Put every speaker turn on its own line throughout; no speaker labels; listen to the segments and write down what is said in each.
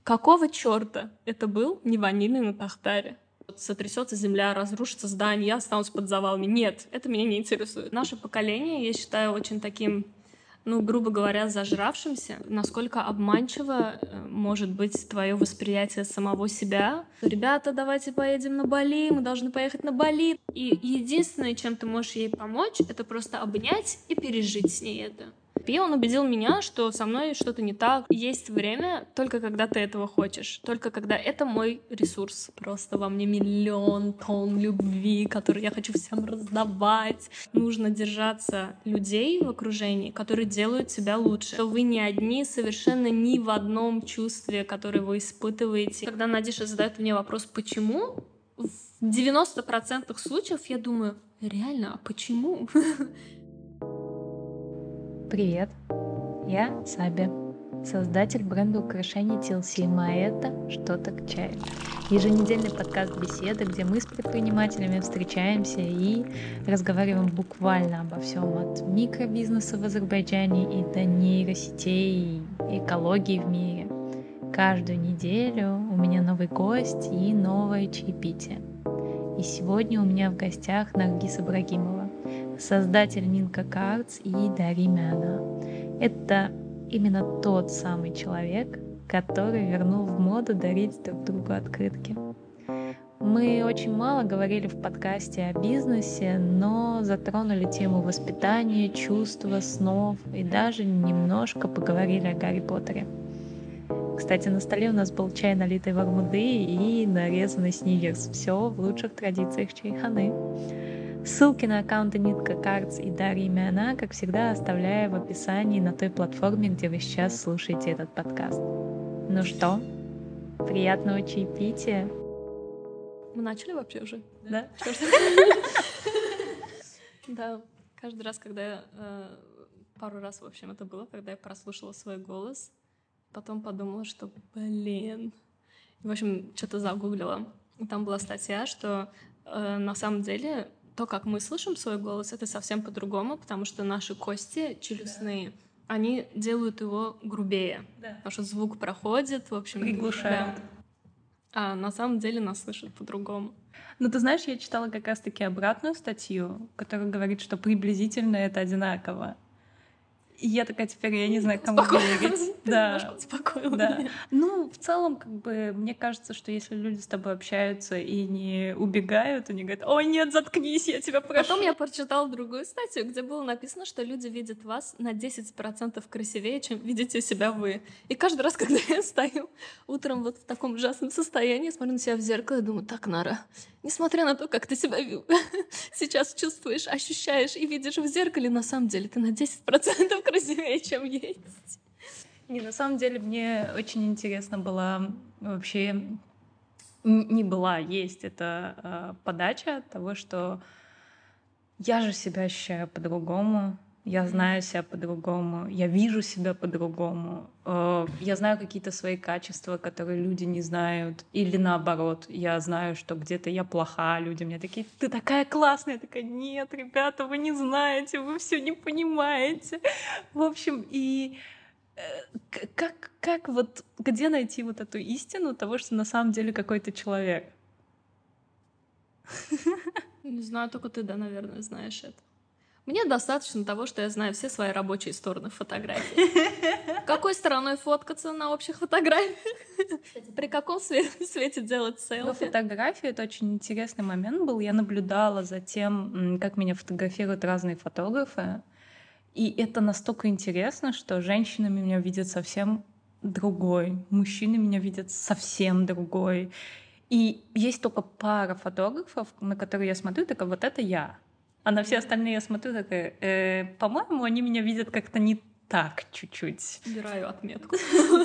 Какого черта это был не ванильный на Тахтаре? Сотрясется земля, разрушится здание, я останусь под завалами. Нет, это меня не интересует. Наше поколение, я считаю, очень таким, грубо говоря, зажравшимся. Насколько обманчиво может быть твое восприятие самого себя. Ребята, давайте поедем на Бали, мы должны поехать на Бали. И единственное, чем ты можешь ей помочь, это просто обнять и пережить с ней это. И он убедил меня, что со мной что-то не так. Есть время только когда ты этого хочешь. Только когда это мой ресурс. Просто во мне миллион тонн любви, которые я хочу всем раздавать. Нужно держаться людей в окружении, которые делают тебя лучше. Что вы не одни совершенно ни в одном чувстве, которое вы испытываете. Когда Надиша задает мне вопрос «почему?», в 90% случаев я думаю «реально, а почему?».
Привет, я Саби, создатель бренда украшений TLC, а это «Что-то к чаю». Еженедельный подкаст беседы, где мы с предпринимателями встречаемся и разговариваем буквально обо всем, от микробизнеса в Азербайджане и до нейросетей и экологии в мире. Каждую неделю у меня новый гость и новое чаепитие. И сегодня у меня в гостях Наргиз Ибрагимова, создатель Ninka Cards и Дарья Мяна. Это именно тот самый человек, который вернул в моду дарить друг другу открытки. Мы очень мало говорили в подкасте о бизнесе, но затронули тему воспитания, чувства, снов и даже немножко поговорили о Гарри Поттере. Кстати, на столе у нас был чай, налитый в Армуды, и нарезанный сникерс. Все в лучших традициях чайханы. Ссылки на аккаунты Ninka Cards и Дарьи Мяна, как всегда, оставляю в описании на той платформе, где вы сейчас слушаете этот подкаст. Ну что, приятного чаепития.
Мы начали вообще уже?
Да?
Да, каждый раз, когда пару раз, в общем, это было, когда я прослушала свой голос, потом подумала, что, в общем, что-то загуглила. И там была статья, что на самом деле то, как мы слышим свой голос, это совсем по-другому, потому что наши кости челюстные, они делают его грубее. Потому что звук проходит, в общем...
Приглушают.
Да. А на самом деле нас слышат по-другому.
Ну, ты знаешь, я читала как раз-таки обратную статью, которая говорит, что приблизительно это одинаково. И я такая, теперь я не знаю, кому верить.
Да, успокоила меня.
Ну, в целом, мне кажется, что если люди с тобой общаются и не убегают, они говорят: ой, нет, заткнись, я тебя прошу.
Потом я прочитала другую статью, где было написано, что люди видят вас на 10% красивее, чем видите себя вы. И каждый раз, когда я стою утром вот в таком ужасном состоянии, смотрю на себя в зеркало и думаю: так, Нара, несмотря на то, как ты себя сейчас чувствуешь, ощущаешь и видишь в зеркале, на самом деле ты на 10% красивее, чем есть.
Не, на самом деле мне очень интересно было вообще... Не была, есть эта подача того, что я же себя ощущаю по-другому, я знаю себя по-другому, я вижу себя по-другому, я знаю какие-то свои качества, которые люди не знают, или наоборот, я знаю, что где-то я плоха, люди мне такие: ты такая классная, я такая: нет, ребята, вы не знаете, вы все не понимаете. В общем, и как вот, где найти вот эту истину того, что на самом деле какой-то человек?
Не знаю, только ты, да, наверное, знаешь это. Мне достаточно того, что я знаю все свои рабочие стороны фотографии. Какой стороной фоткаться на общих фотографиях? При каком свете делать селфи?
Но фотография — это очень интересный момент был. Я наблюдала за тем, как меня фотографируют разные фотографы. И это настолько интересно, что женщины меня видят совсем другой, мужчины меня видят совсем другой. И есть только пара фотографов, на которые я смотрю, такая: вот это я. А на все остальные я смотрю, такая: по-моему, они меня видят как-то не так чуть-чуть.
Убираю отметку.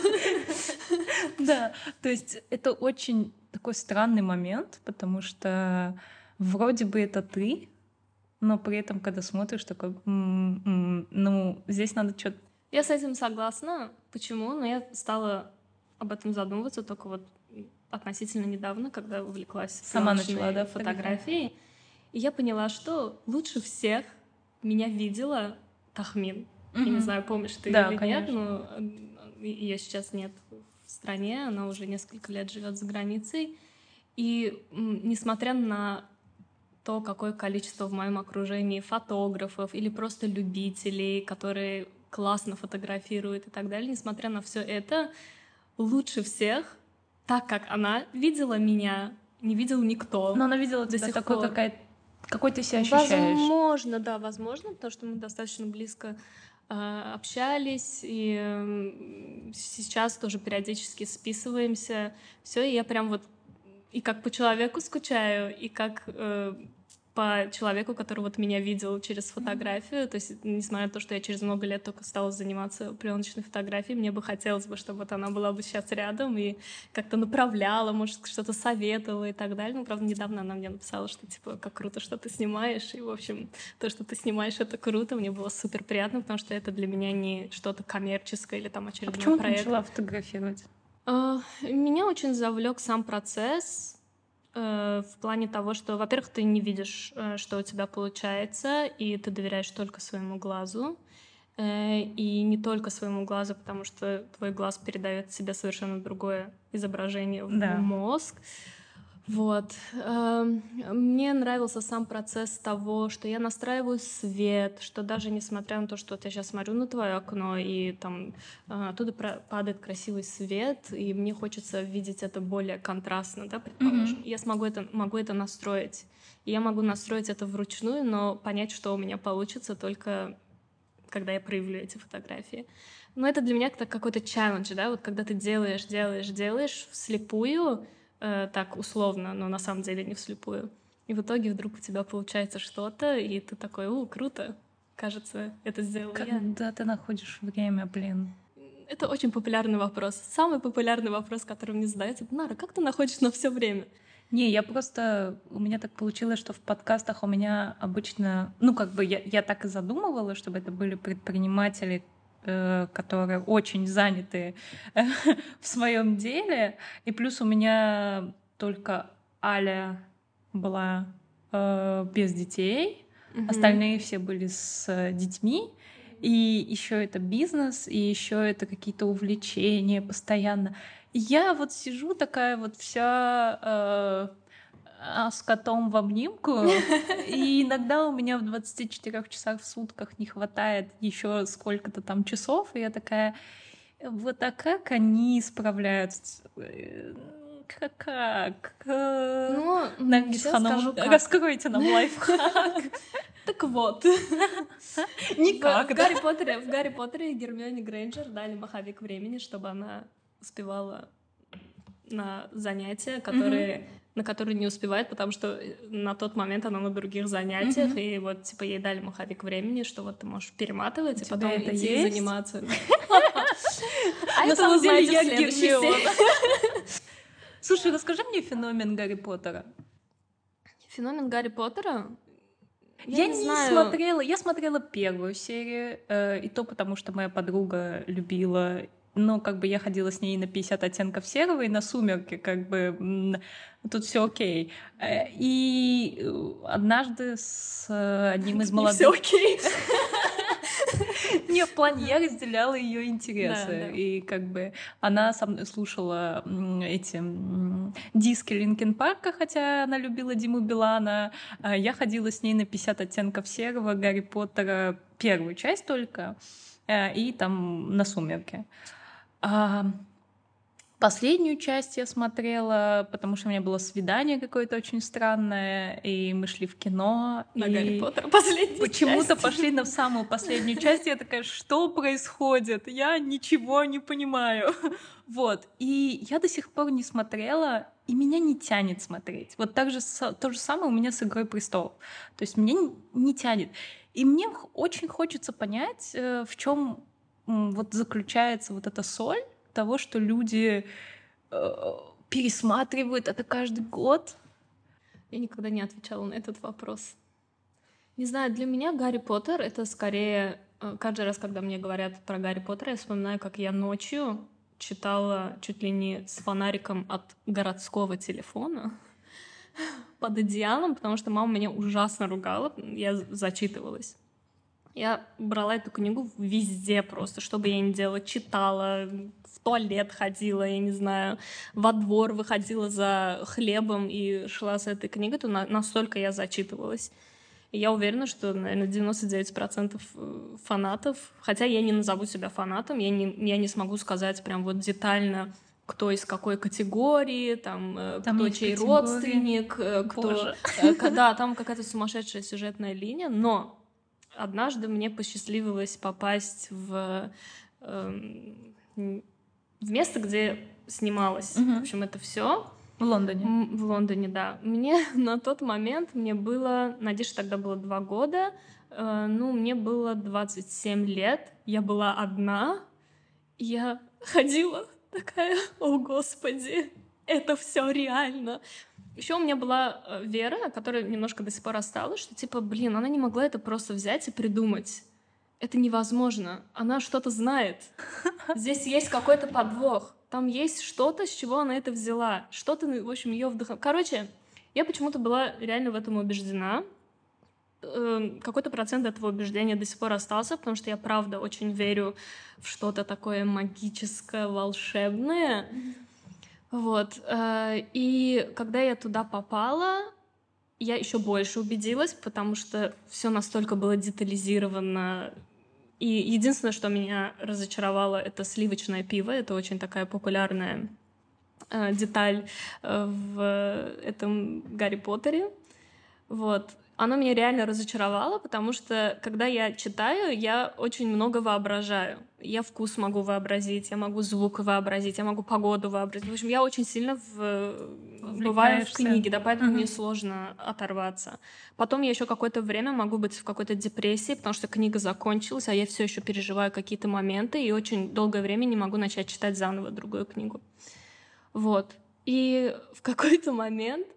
Да, то есть это очень такой странный момент, потому что вроде бы это ты, но при этом, когда смотришь, такой: ну, здесь надо что-то...
Я с этим согласна. Почему? Но я стала об этом задумываться только вот относительно недавно, когда увлеклась
Сама начала, да,
фотографией. И я поняла, что лучше всех меня видела Тахмин. Я не знаю, помнишь ты
Да,
или
конечно.
нет, но ее сейчас нет в стране, она уже несколько лет живет за границей. И несмотря на то, какое количество в моем окружении фотографов или просто любителей, которые классно фотографируют и так далее, несмотря на все это, лучше всех, так как она видела меня, не видел никто.
Но она видела
до
тебя
сих
такой,
пор.
какой ты себя ощущаешь.
Возможно, да, возможно, потому что мы достаточно близко общались, и сейчас тоже периодически списываемся. Все, и я прям вот и как по человеку скучаю, и как по человеку, который вот меня видел через фотографию. То есть, несмотря на то, что я через много лет только стала заниматься пленочной фотографией, мне бы хотелось бы, чтобы вот она была бы сейчас рядом и как-то направляла, может, что-то советовала и так далее. Ну, правда, недавно она мне написала, что, типа, как круто, что ты снимаешь. И, в общем, то, что ты снимаешь, это круто. Мне было супер приятно, потому что это для меня не что-то коммерческое или там очередной
почему ты
проект.
начала фотографировать?
Меня очень завлек сам процесс в плане того, что, во-первых, ты не видишь, что у тебя получается, и ты доверяешь только своему глазу. И не только своему глазу, потому что твой глаз передает себе совершенно другое изображение в мозг. Вот. Мне нравился сам процесс того, что я настраиваю свет, что даже несмотря на то, что вот я сейчас смотрю на твое окно, и там оттуда падает красивый свет, и мне хочется видеть это более контрастно, да, предположим. Я могу это настроить. И я могу настроить это вручную, но понять, что у меня получится, только когда я проявлю эти фотографии. Но это для меня какой-то челлендж, да, вот когда ты делаешь вслепую, так условно, но на самом деле не вслепую. И в итоге вдруг у тебя получается что-то, и ты такой, круто, кажется, это сделала я.
Когда ты находишь время, блин?
Это очень популярный вопрос. Самый популярный вопрос, который мне задается: Нара, как ты находишь на все время?
Не, у меня так получилось, что в подкастах у меня обычно, я так и задумывала, чтобы это были предприниматели, которые очень заняты в своем деле. И плюс у меня только Аля была без детей, остальные все были с детьми. И еще это бизнес, и еще это какие-то увлечения постоянно. И я вот сижу такая вот вся с котом в обнимку, и иногда у меня в 24 часах в сутках не хватает еще сколько-то там часов, и я такая, вот а как они справляются? Как?
Сейчас скажу как.
Раскройте нам лайфхак.
Так вот.
Никак.
В Гарри Поттере Гермионе Грейнджер дали маховик времени, чтобы она успевала на занятия, на которые не успевает, потому что на тот момент она на других занятиях, и вот типа ей дали маховик времени, что вот ты можешь перематывать, и потом идти заниматься.
На самом деле я Гермиона. Слушай, расскажи мне феномен Гарри Поттера.
Феномен Гарри Поттера?
Я не смотрела. Я смотрела первую серию, и то потому, что моя подруга любила. Но как бы я ходила с ней на 50 оттенков серого и на «Сумерки», как бы тут все окей. И однажды с одним из молодых...
Все окей.
Не, в плане, я разделяла ее интересы. И как бы она со мной слушала эти диски Линкин Парка, хотя она любила Диму Билана. Я ходила с ней на 50 оттенков серого, Гарри Поттера, первую часть только, и там на «Сумерки». Последнюю часть я смотрела, потому что у меня было свидание какое-то очень странное, и мы шли в кино.
На Гарри Поттера последнюю часть.
Почему-то пошли на самую последнюю часть, и я такая, что происходит? Я ничего не понимаю. Вот. И я до сих пор не смотрела, и меня не тянет смотреть. Вот так же, то же самое у меня с «Игрой престолов». То есть меня не тянет. И мне очень хочется понять, в чем вот заключается вот эта соль того, что люди пересматривают это каждый год.
Я никогда не отвечала на этот вопрос. Не знаю, для меня Гарри Поттер — это скорее... Каждый раз, когда мне говорят про Гарри Поттера, я вспоминаю, как я ночью читала чуть ли не с фонариком от городского телефона под одеялом, потому что мама меня ужасно ругала, я зачитывалась. Я брала эту книгу везде просто, что бы я ни делала, читала, в туалет ходила, я не знаю, во двор выходила за хлебом и шла с этой книгой, то настолько я зачитывалась. И я уверена, что, наверное, 99% фанатов, хотя я не назову себя фанатом, я не смогу сказать прям вот детально, кто из какой категории, там кто чей
категории.
родственник, кто... Да, там какая-то сумасшедшая сюжетная линия, но однажды мне посчастливилось попасть в место, где снималось. В общем, это все.
В Лондоне.
В Лондоне, да. Мне на тот момент, мне было... Надежде тогда было 2 года. Мне было 27 лет. Я была одна. Я ходила такая: о, Господи, это все реально. Еще у меня была Вера, которая немножко до сих пор осталась, что типа, блин, она не могла это просто взять и придумать. Это невозможно. Она что-то знает. Здесь есть какой-то подвох. Там есть что-то, с чего она это взяла. Что-то, в общем, ее вдохновило. Короче, я почему-то была реально в этом убеждена. Какой-то процент этого убеждения до сих пор остался, потому что я, правда, очень верю в что-то такое магическое, волшебное. Вот. И когда я туда попала, я еще больше убедилась, потому что все настолько было детализировано. И единственное, что меня разочаровало, это сливочное пиво. Это очень такая популярная деталь в этом Гарри Поттере. Вот. Оно меня реально разочаровало, потому что, когда я читаю, я очень много воображаю. Я вкус могу вообразить, я могу звук вообразить, я могу погоду вообразить. В общем, я очень сильно бываю в книге, да, поэтому мне сложно оторваться. Потом я еще какое-то время могу быть в какой-то депрессии, потому что книга закончилась, а я все еще переживаю какие-то моменты и очень долгое время не могу начать читать заново другую книгу. Вот. И в какой-то момент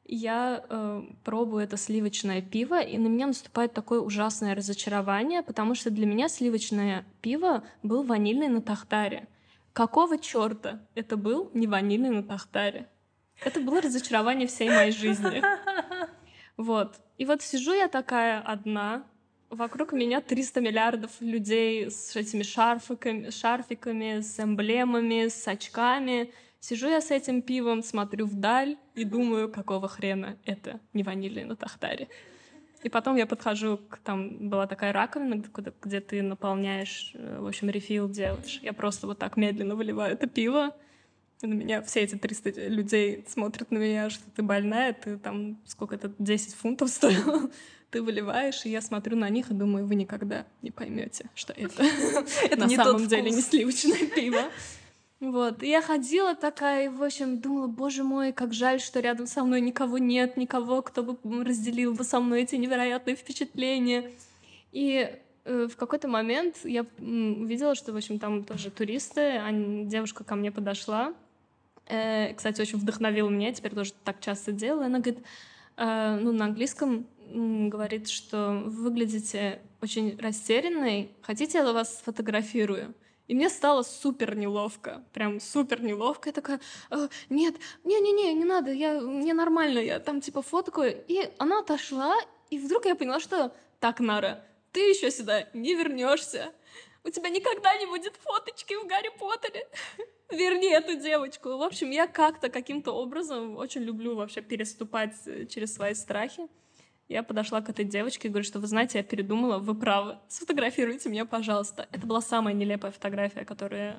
я пробую это сливочное пиво, и на меня наступает такое ужасное разочарование, потому что для меня сливочное пиво был ванильный на тахтаре. Какого черта это был не ванильный на тахтаре? Это было разочарование всей моей жизни. Вот. И вот сижу я такая одна, вокруг меня 300 миллиардов людей с этими шарфиками, с эмблемами, с очками. Сижу я с этим пивом, смотрю вдаль и думаю, какого хрена это не ванильный на тахтаре. И потом я подхожу там была такая раковина, где ты наполняешь, в общем, рефил делаешь. Я просто вот так медленно выливаю это пиво. И на меня все эти 300 людей смотрят на меня, что ты больная, ты там, сколько это, 10 фунтов стоило. Ты выливаешь, и я смотрю на них и думаю, вы никогда не поймете, что это на самом деле не сливочное пиво. Вот. И я ходила такая, и, в общем, думала, боже мой, как жаль, что рядом со мной никого нет, никого, кто бы разделил бы со мной эти невероятные впечатления. И в какой-то момент я увидела, что, в общем, там тоже туристы, девушка ко мне подошла, кстати, очень вдохновила меня, я теперь тоже так часто делаю. Она говорит, на английском говорит, что вы выглядите очень растерянной, хотите, я вас сфотографирую? И мне стало супер неловко, прям супер неловко. Я такая, нет, не надо, мне нормально, я там типа фоткаю. И она отошла, и вдруг я поняла, что так, Нара, ты еще сюда не вернешься. У тебя никогда не будет фоточки в Гарри Поттере. Верни эту девочку. В общем, я каким-то образом очень люблю вообще переступать через свои страхи. Я подошла к этой девочке и говорю, что вы знаете, я передумала, вы правы, сфотографируйте меня, пожалуйста. Это была самая нелепая фотография, которую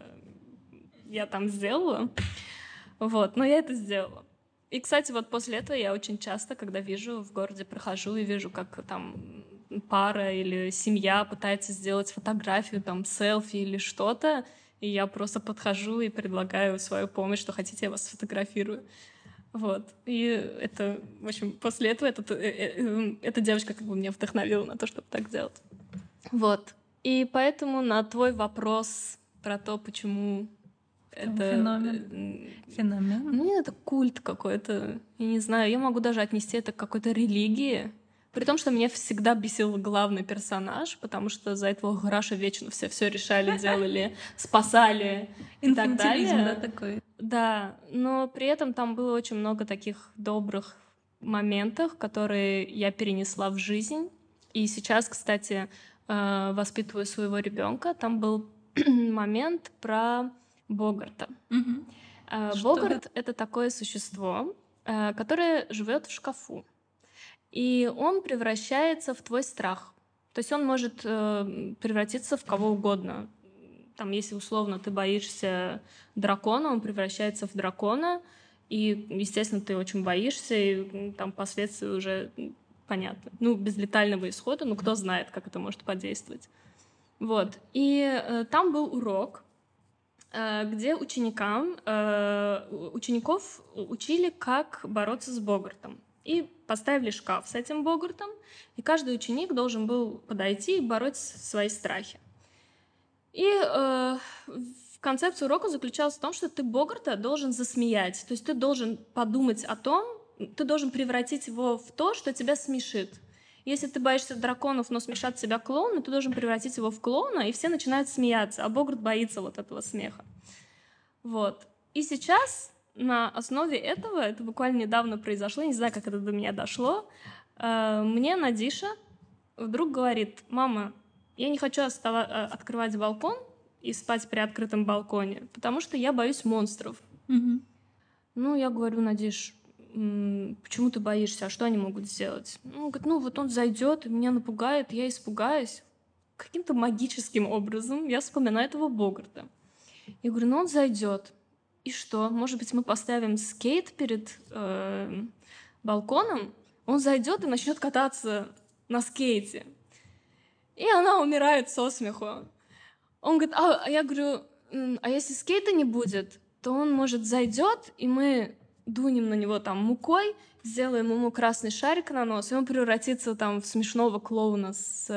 я там сделала. Вот, но я это сделала. И, кстати, вот после этого я очень часто, когда вижу в городе, прохожу и вижу, как там пара или семья пытается сделать фотографию, там, селфи или что-то, и я просто подхожу и предлагаю свою помощь, что хотите, я вас сфотографирую. Вот. И это, в общем, после этого эта девочка как бы меня вдохновила на то, чтобы так делать. Вот. И поэтому на твой вопрос про то, почему это...
Феномен?
Ну, это культ какой-то. Я не знаю, я могу даже отнести это к какой-то религии. При том, что меня всегда бесил главный персонаж, потому что за этого Граша вечно все решали, делали, спасали и так далее.
Инфантилизм, да, такой?
Да, но при этом там было очень много таких добрых моментов, которые я перенесла в жизнь. И сейчас, кстати, воспитываю своего ребенка. Там был момент про Богарта. Богарт — это такое существо, которое живет в шкафу. И он превращается в твой страх. То есть он может превратиться в кого угодно. Там, если условно ты боишься дракона, он превращается в дракона, и, естественно, ты очень боишься, и там последствия уже понятны. Ну, без летального исхода, ну, кто знает, как это может подействовать. Вот. И там был урок, где учеников учили, как бороться с Богартом. И поставили шкаф с этим Богартом, и каждый ученик должен был подойти и бороться свои страхи. И концепция урока заключалась в том, что ты Богарта должен засмеять. То есть ты должен подумать о том, ты должен превратить его в то, что тебя смешит. Если ты боишься драконов, но смешат тебя клоуны, ты должен превратить его в клоуна, и все начинают смеяться, а Богарт боится вот этого смеха. Вот. И сейчас на основе этого, это буквально недавно произошло, не знаю, как это до меня дошло, мне Надиша вдруг говорит: «Мама, я не хочу открывать балкон и спать при открытом балконе, потому что я боюсь монстров». Ну, я говорю: «Надиш, почему ты боишься? А что они могут сделать?» Ну, говорит: «Ну, вот он зайдет, меня напугает, я испугаюсь». Каким-то магическим образом я вспоминаю этого Богарта. Я говорю: «Ну, он зайдет. И что? Может быть, мы поставим скейт перед балконом? Он зайдет и начнет кататься на скейте». И она умирает со смеху. Он говорит: я говорю: «А если скейта не будет, то он, может, зайдет, и мы дунем на него там мукой, сделаем ему красный шарик на нос, и он превратится там в смешного клоуна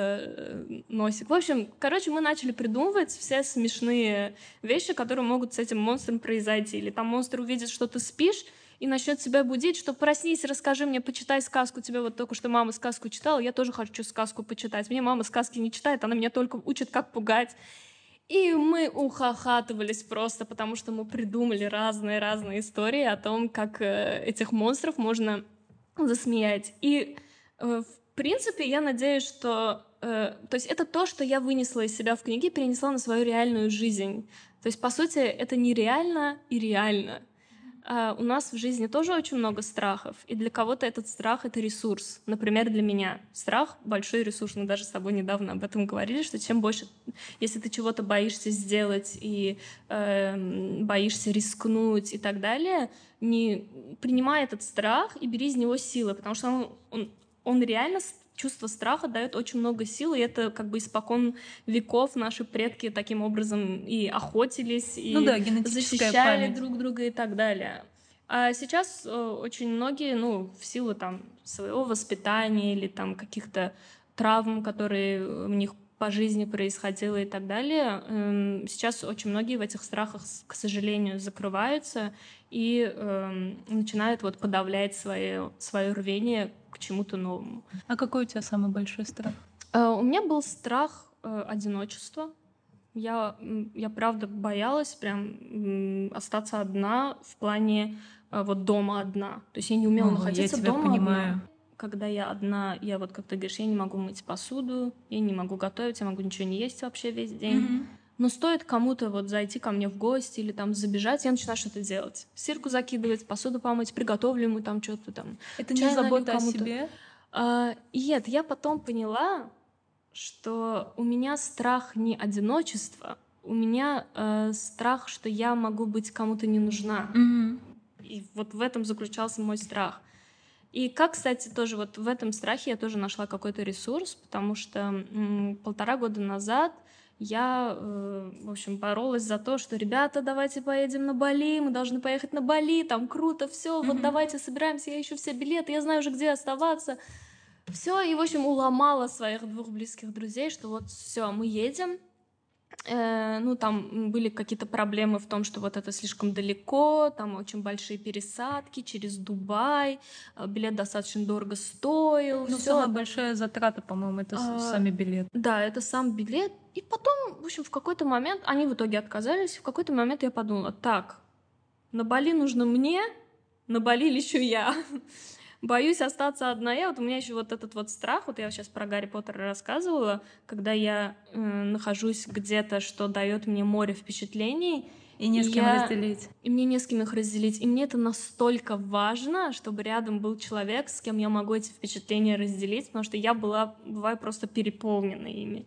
с носик». В общем, мы начали придумывать все смешные вещи, которые могут с этим монстром произойти. Или там монстр увидит, что ты спишь, и начнет тебя будить, что проснись, расскажи мне, почитай сказку. Тебе вот только что мама сказку читала, я тоже хочу сказку почитать. Мне мама сказки не читает, она меня только учит, как пугать. И мы ухахатывались просто, потому что мы придумали разные истории о том, как этих монстров можно засмеять. И, в принципе, я надеюсь, что... то есть это то, что я вынесла из себя в книге, перенесла на свою реальную жизнь. То есть, по сути, это нереально и реально. У нас в жизни тоже очень много страхов, и для кого-то этот страх — это ресурс. Например, для меня страх — большой ресурс. Мы даже с тобой недавно об этом говорили, что чем больше, если ты чего-то боишься сделать и боишься рискнуть и так далее, не принимай этот страх и бери из него силы, потому что он реально... Чувство страха дает очень много сил, и это как бы испокон веков наши предки таким образом и охотились, и защищали друг друга и так далее. А сейчас очень многие, в силу там своего воспитания или там каких-то травм, которые у них по жизни происходило и так далее, сейчас очень многие в этих страхах, к сожалению, закрываются и начинают вот подавлять свое рвение к чему-то новому.
А какой у тебя самый большой страх?
У меня был страх одиночества. Я правда боялась прям остаться одна в плане вот дома одна. То есть я не умела находиться дома одна. Когда я одна, я вот, как ты говоришь, я не могу мыть посуду, я не могу готовить, я могу ничего не есть вообще весь день. Но стоит кому-то вот зайти ко мне в гости или там забежать, я начинаю что-то делать. Стирку закидывать, посуду помыть, приготовлю ему там что-то там.
Это не забота о себе?
Нет, я потом поняла, что у меня страх не одиночества, у меня страх, что я могу быть кому-то не нужна. И вот в этом заключался мой страх. И как, кстати, тоже вот в этом страхе я тоже нашла какой-то ресурс, потому что 1,5 года назад я, в общем, боролась за то, что: ребята, давайте поедем на Бали, мы должны поехать на Бали, там круто, все, вот давайте собираемся, я ищу все билеты, я знаю уже, где оставаться. Все, и, в общем, уломала своих 2 близких друзей, что вот все, мы едем. Там были какие-то проблемы в том, что вот это слишком далеко, там очень большие пересадки через Дубай, билет достаточно дорого стоил.
Самая большая затрата, по-моему, это сами билеты.
Да, это сам билет. И потом, в общем, в какой-то момент они в итоге отказались. В какой-то момент я подумала: так, на Бали нужно мне, на Бали лечу я. Боюсь остаться одна. Вот у меня еще вот этот вот страх, вот я сейчас про Гарри Поттера рассказывала, когда я нахожусь где-то, что дает мне море впечатлений,
И не с кем разделить.
И мне не с кем их разделить. И мне это настолько важно, чтобы рядом был человек, с кем я могу эти впечатления разделить, потому что я бываю просто переполнена ими.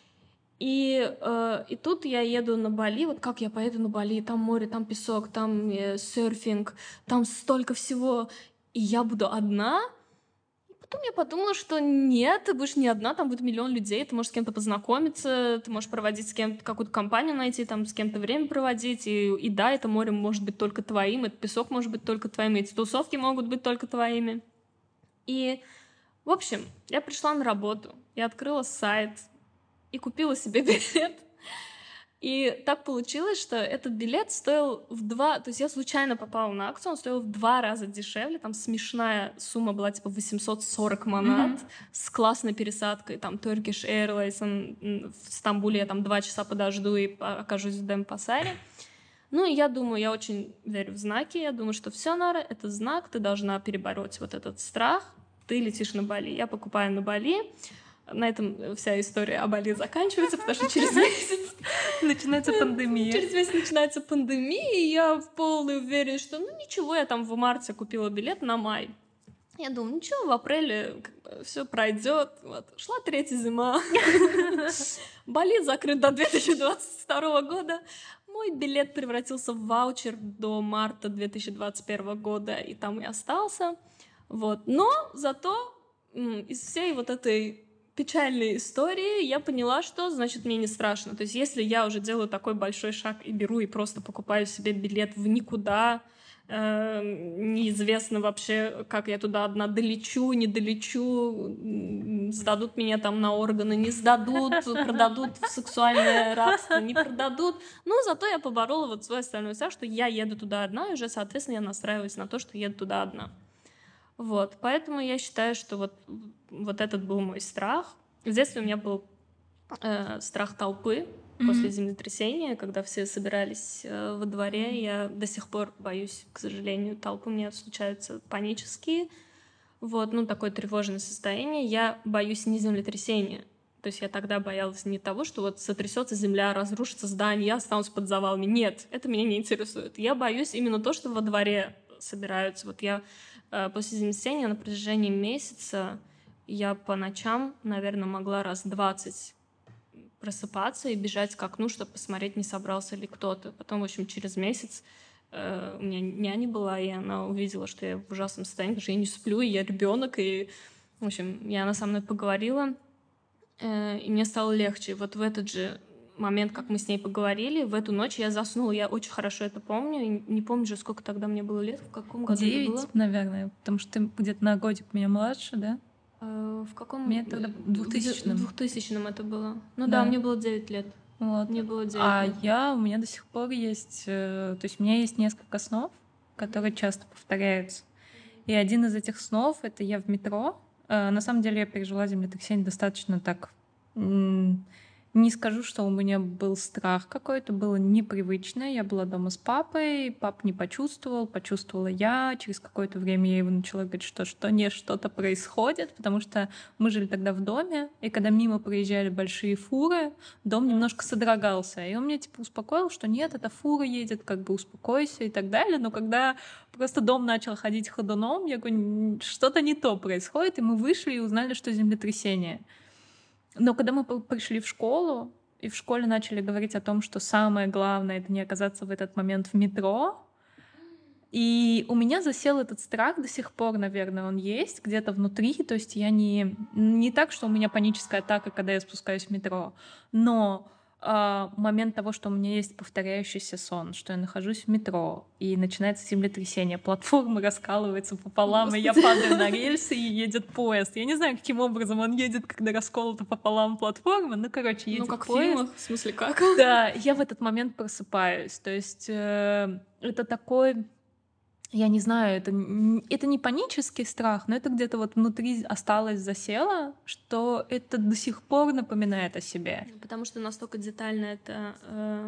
И тут я еду на Бали, вот как я поеду на Бали, там море, там песок, там серфинг, там столько всего, и я буду одна. И потом я подумала, что нет, ты будешь не одна, там будет миллион людей, ты можешь с кем-то познакомиться, ты можешь проводить с кем-то какую-то компанию найти, там с кем-то время проводить, и да, это море может быть только твоим, этот песок может быть только твоим, эти тусовки могут быть только твоими. И, в общем, я пришла на работу, я открыла сайт, и купила себе билет. И так получилось, что этот билет стоил то есть я случайно попала на акцию, он стоил в 2 раза дешевле, там смешная сумма была, типа 840 манат, с классной пересадкой, там Turkish Airlines, в Стамбуле я там 2 часа подожду и окажусь в Денпасаре. Ну, и я думаю, я очень верю в знаки, я думаю, что все, Нара, это знак, ты должна перебороть вот этот страх, ты летишь на Бали. Я покупаю на Бали, на этом вся история о Бали заканчивается, потому что через месяц
начинается пандемия.
Через месяц начинается пандемия, и я в полной уверенности, что ничего, я там в марте купила билет на май. Я думаю, ничего, в апреле все пройдет. Вот. Шла 3-я зима. Бали закрыт до 2022 года. Мой билет превратился в ваучер до марта 2021 года, и там и остался. Вот. Но зато из всей вот этой печальной истории я поняла, что, значит, мне не страшно. То есть если я уже делаю такой большой шаг и беру и просто покупаю себе билет в никуда, неизвестно вообще, как я туда одна долечу, не долечу, сдадут меня там на органы, не сдадут, продадут в сексуальное рабство, не продадут. Но зато я поборола вот свой остальной страх, что я еду туда одна, и уже, соответственно, я настраиваюсь на то, что еду туда одна. Вот, поэтому я считаю, что вот этот был мой страх. В детстве у меня был страх толпы после землетрясения, когда все собирались во дворе. Я до сих пор боюсь, к сожалению, толпы. У меня случаются панические. Вот, такое тревожное состояние. Я боюсь не землетрясения. То есть я тогда боялась не того, что вот сотрясется земля, разрушится здание, я останусь под завалами. Нет, это меня не интересует. Я боюсь именно то, что во дворе собираются. Вот я после землетрясения на протяжении месяца я по ночам, наверное, могла раз 20 просыпаться и бежать к окну, чтобы посмотреть, не собрался ли кто-то. Потом, в общем, через месяц у меня няня была, и она увидела, что я в ужасном состоянии, потому что я не сплю, и я ребенок, и, в общем, и она со мной поговорила, и мне стало легче. Вот в этот же момент, как мы с ней поговорили, в эту ночь я заснула. Я очень хорошо это помню. И не помню же, сколько тогда мне было лет, в каком году
9,
это было.
наверное, потому что ты где-то на годик меня младше, да?
В каком?
Мне тогда в 2000-м.
В 2000-м это было. Да, мне было 9 лет.
Вот.
Мне было 9
лет. У меня до сих пор есть... То есть у меня есть несколько снов, которые часто повторяются. И один из этих снов — это я в метро. На самом деле я пережила землетрясение достаточно так... Не скажу, что у меня был страх какой-то, было непривычно. Я была дома с папой, пап не почувствовал, почувствовала я. Через какое-то время я его начала говорить, что что-то происходит, потому что мы жили тогда в доме, и когда мимо проезжали большие фуры, дом немножко содрогался. И он меня успокоил, что нет, эта фура едет, успокойся и так далее. Но когда просто дом начал ходить ходуном, я говорю, что-то не то происходит, и мы вышли и узнали, что землетрясение. Но когда мы пришли в школу, и в школе начали говорить о том, что самое главное — это не оказаться в этот момент в метро, и у меня засел этот страх до сих пор, наверное, он есть где-то внутри, то есть я не так, что у меня паническая атака, когда я спускаюсь в метро, но момент того, что у меня есть повторяющийся сон, что я нахожусь в метро, и начинается землетрясение, платформа раскалывается пополам, и я падаю на рельсы, и едет поезд. Я не знаю, каким образом он едет, когда расколота пополам платформа, едет поезд.
Как в фильмах, в смысле как?
Да, я в этот момент просыпаюсь, то есть это такой... Я не знаю, это не панический страх, но это где-то вот внутри осталось, засело, что это до сих пор напоминает о себе.
Потому что настолько детально это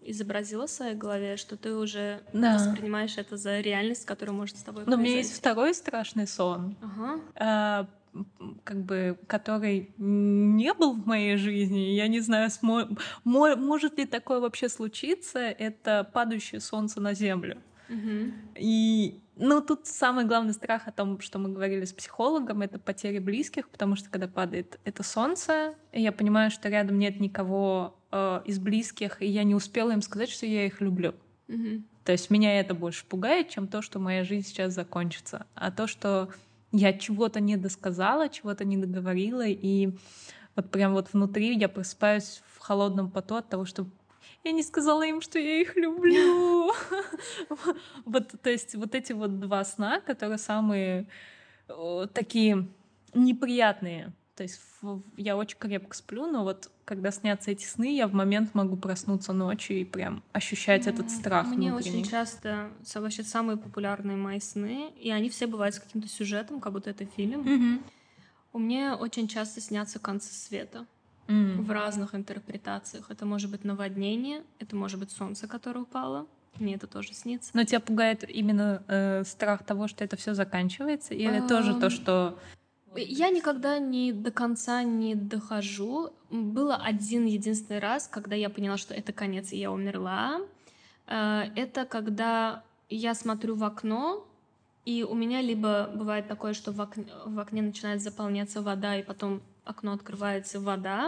изобразила в своей голове, что ты уже
Да.
воспринимаешь это за реальность, которая может с тобой
Но у меня
произойти.
есть второй страшный сон,
Ага.
как бы, который не был в моей жизни. Я не знаю, может ли такое вообще случиться. Это падающее солнце на землю. И, тут самый главный страх о том, что мы говорили с психологом, это потеря близких, потому что когда падает это солнце, я понимаю, что рядом нет никого из близких, и я не успела им сказать, что я их люблю. То есть меня это больше пугает, чем то, что моя жизнь сейчас закончится. А то, что я чего-то не досказала, чего-то не договорила, и вот прям вот внутри я просыпаюсь в холодном поту от того, что я не сказала им, что я их люблю. Вот, то есть вот эти вот два сна, которые самые такие неприятные. То есть я очень крепко сплю, но вот когда снятся эти сны, я в момент могу проснуться ночью и прям ощущать этот страх
Мне
внутренний.
очень часто, вообще самые популярные мои сны, и они все бывают с каким-то сюжетом, как будто это фильм. У меня очень часто снятся концы света в разных интерпретациях. Это может быть наводнение, это может быть солнце, которое упало. Мне это тоже снится.
Но тебя пугает именно страх того, что это все заканчивается, или тоже то, что...
Я никогда до конца не дохожу. Было один единственный раз, когда я поняла, что это конец, и я умерла. Это когда я смотрю в окно, и у меня либо бывает такое, что в окне начинает заполняться вода, и потом окно открывается, вода.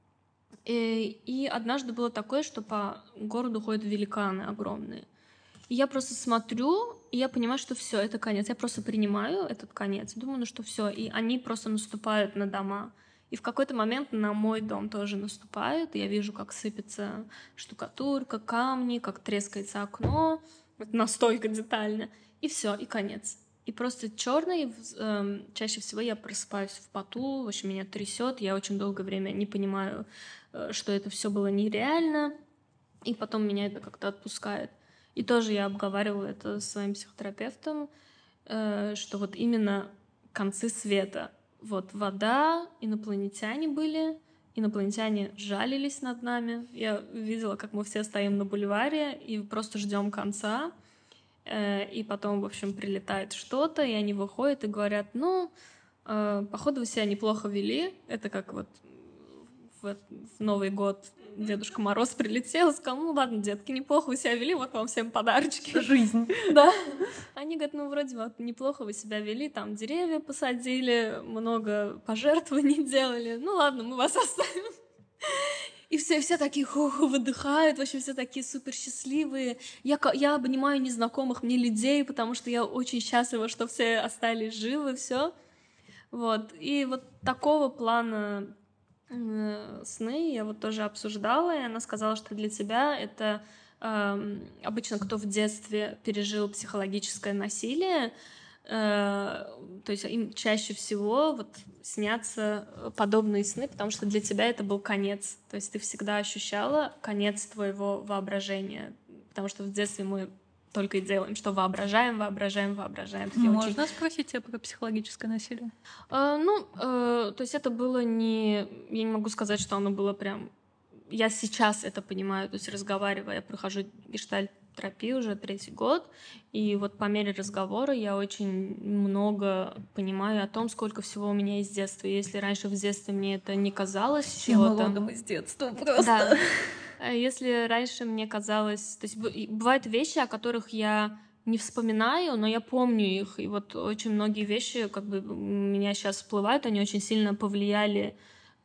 И однажды было такое, что по городу ходят великаны огромные. И я просто смотрю, и я понимаю, что все, это конец. Я просто принимаю этот конец. Думаю, что все. И они просто наступают на дома. И в какой-то момент на мой дом тоже наступают. И я вижу, как сыпется штукатурка, камни, как трескается окно. Это настолько детально. И все, и конец. И просто черный. Чаще всего я просыпаюсь в поту. В общем, меня трясет. Я очень долгое время не понимаю, что это все было нереально. И потом меня это как-то отпускает. И тоже я обговаривала это с своим психотерапевтом, что вот именно концы света. Вот вода, инопланетяне были, инопланетяне жалились над нами. Я видела, как мы все стоим на бульваре и просто ждем конца. И потом, в общем, прилетает что-то, и они выходят и говорят, походу вы себя неплохо вели. Это как вот в Новый год Дедушка Мороз прилетел и сказал, ладно, детки, неплохо вы себя вели, вот вам всем подарочки.
Жизнь.
Да. Они говорят, вроде вот неплохо вы себя вели, там деревья посадили, много пожертвований делали. Ладно, мы вас оставим. И все такие выдыхают, вообще все такие супер счастливые. Я обнимаю незнакомых мне людей, потому что я очень счастлива, что все остались живы, все. Вот. И вот такого плана сны я вот тоже обсуждала, и она сказала, что для тебя это обычно кто в детстве пережил психологическое насилие, то есть им чаще всего вот снятся подобные сны, потому что для тебя это был конец. То есть ты всегда ощущала конец твоего воображения, потому что в детстве мы только и делаем, что воображаем.
Можно спросить тебя про психологическое насилие?
То есть это было не... Я не могу сказать, что оно было прям... Я сейчас это понимаю, то есть разговаривая, я прохожу гештальт-терапию уже 3-й год, и вот по мере разговора я очень много понимаю о том, сколько всего у меня из детства. И если раньше в детстве мне это не казалось...
Все мы родом из детства просто.
Да. Если раньше мне казалось... То есть бывают вещи, о которых я не вспоминаю, но я помню их. И вот очень многие вещи как бы у меня сейчас всплывают, они очень сильно повлияли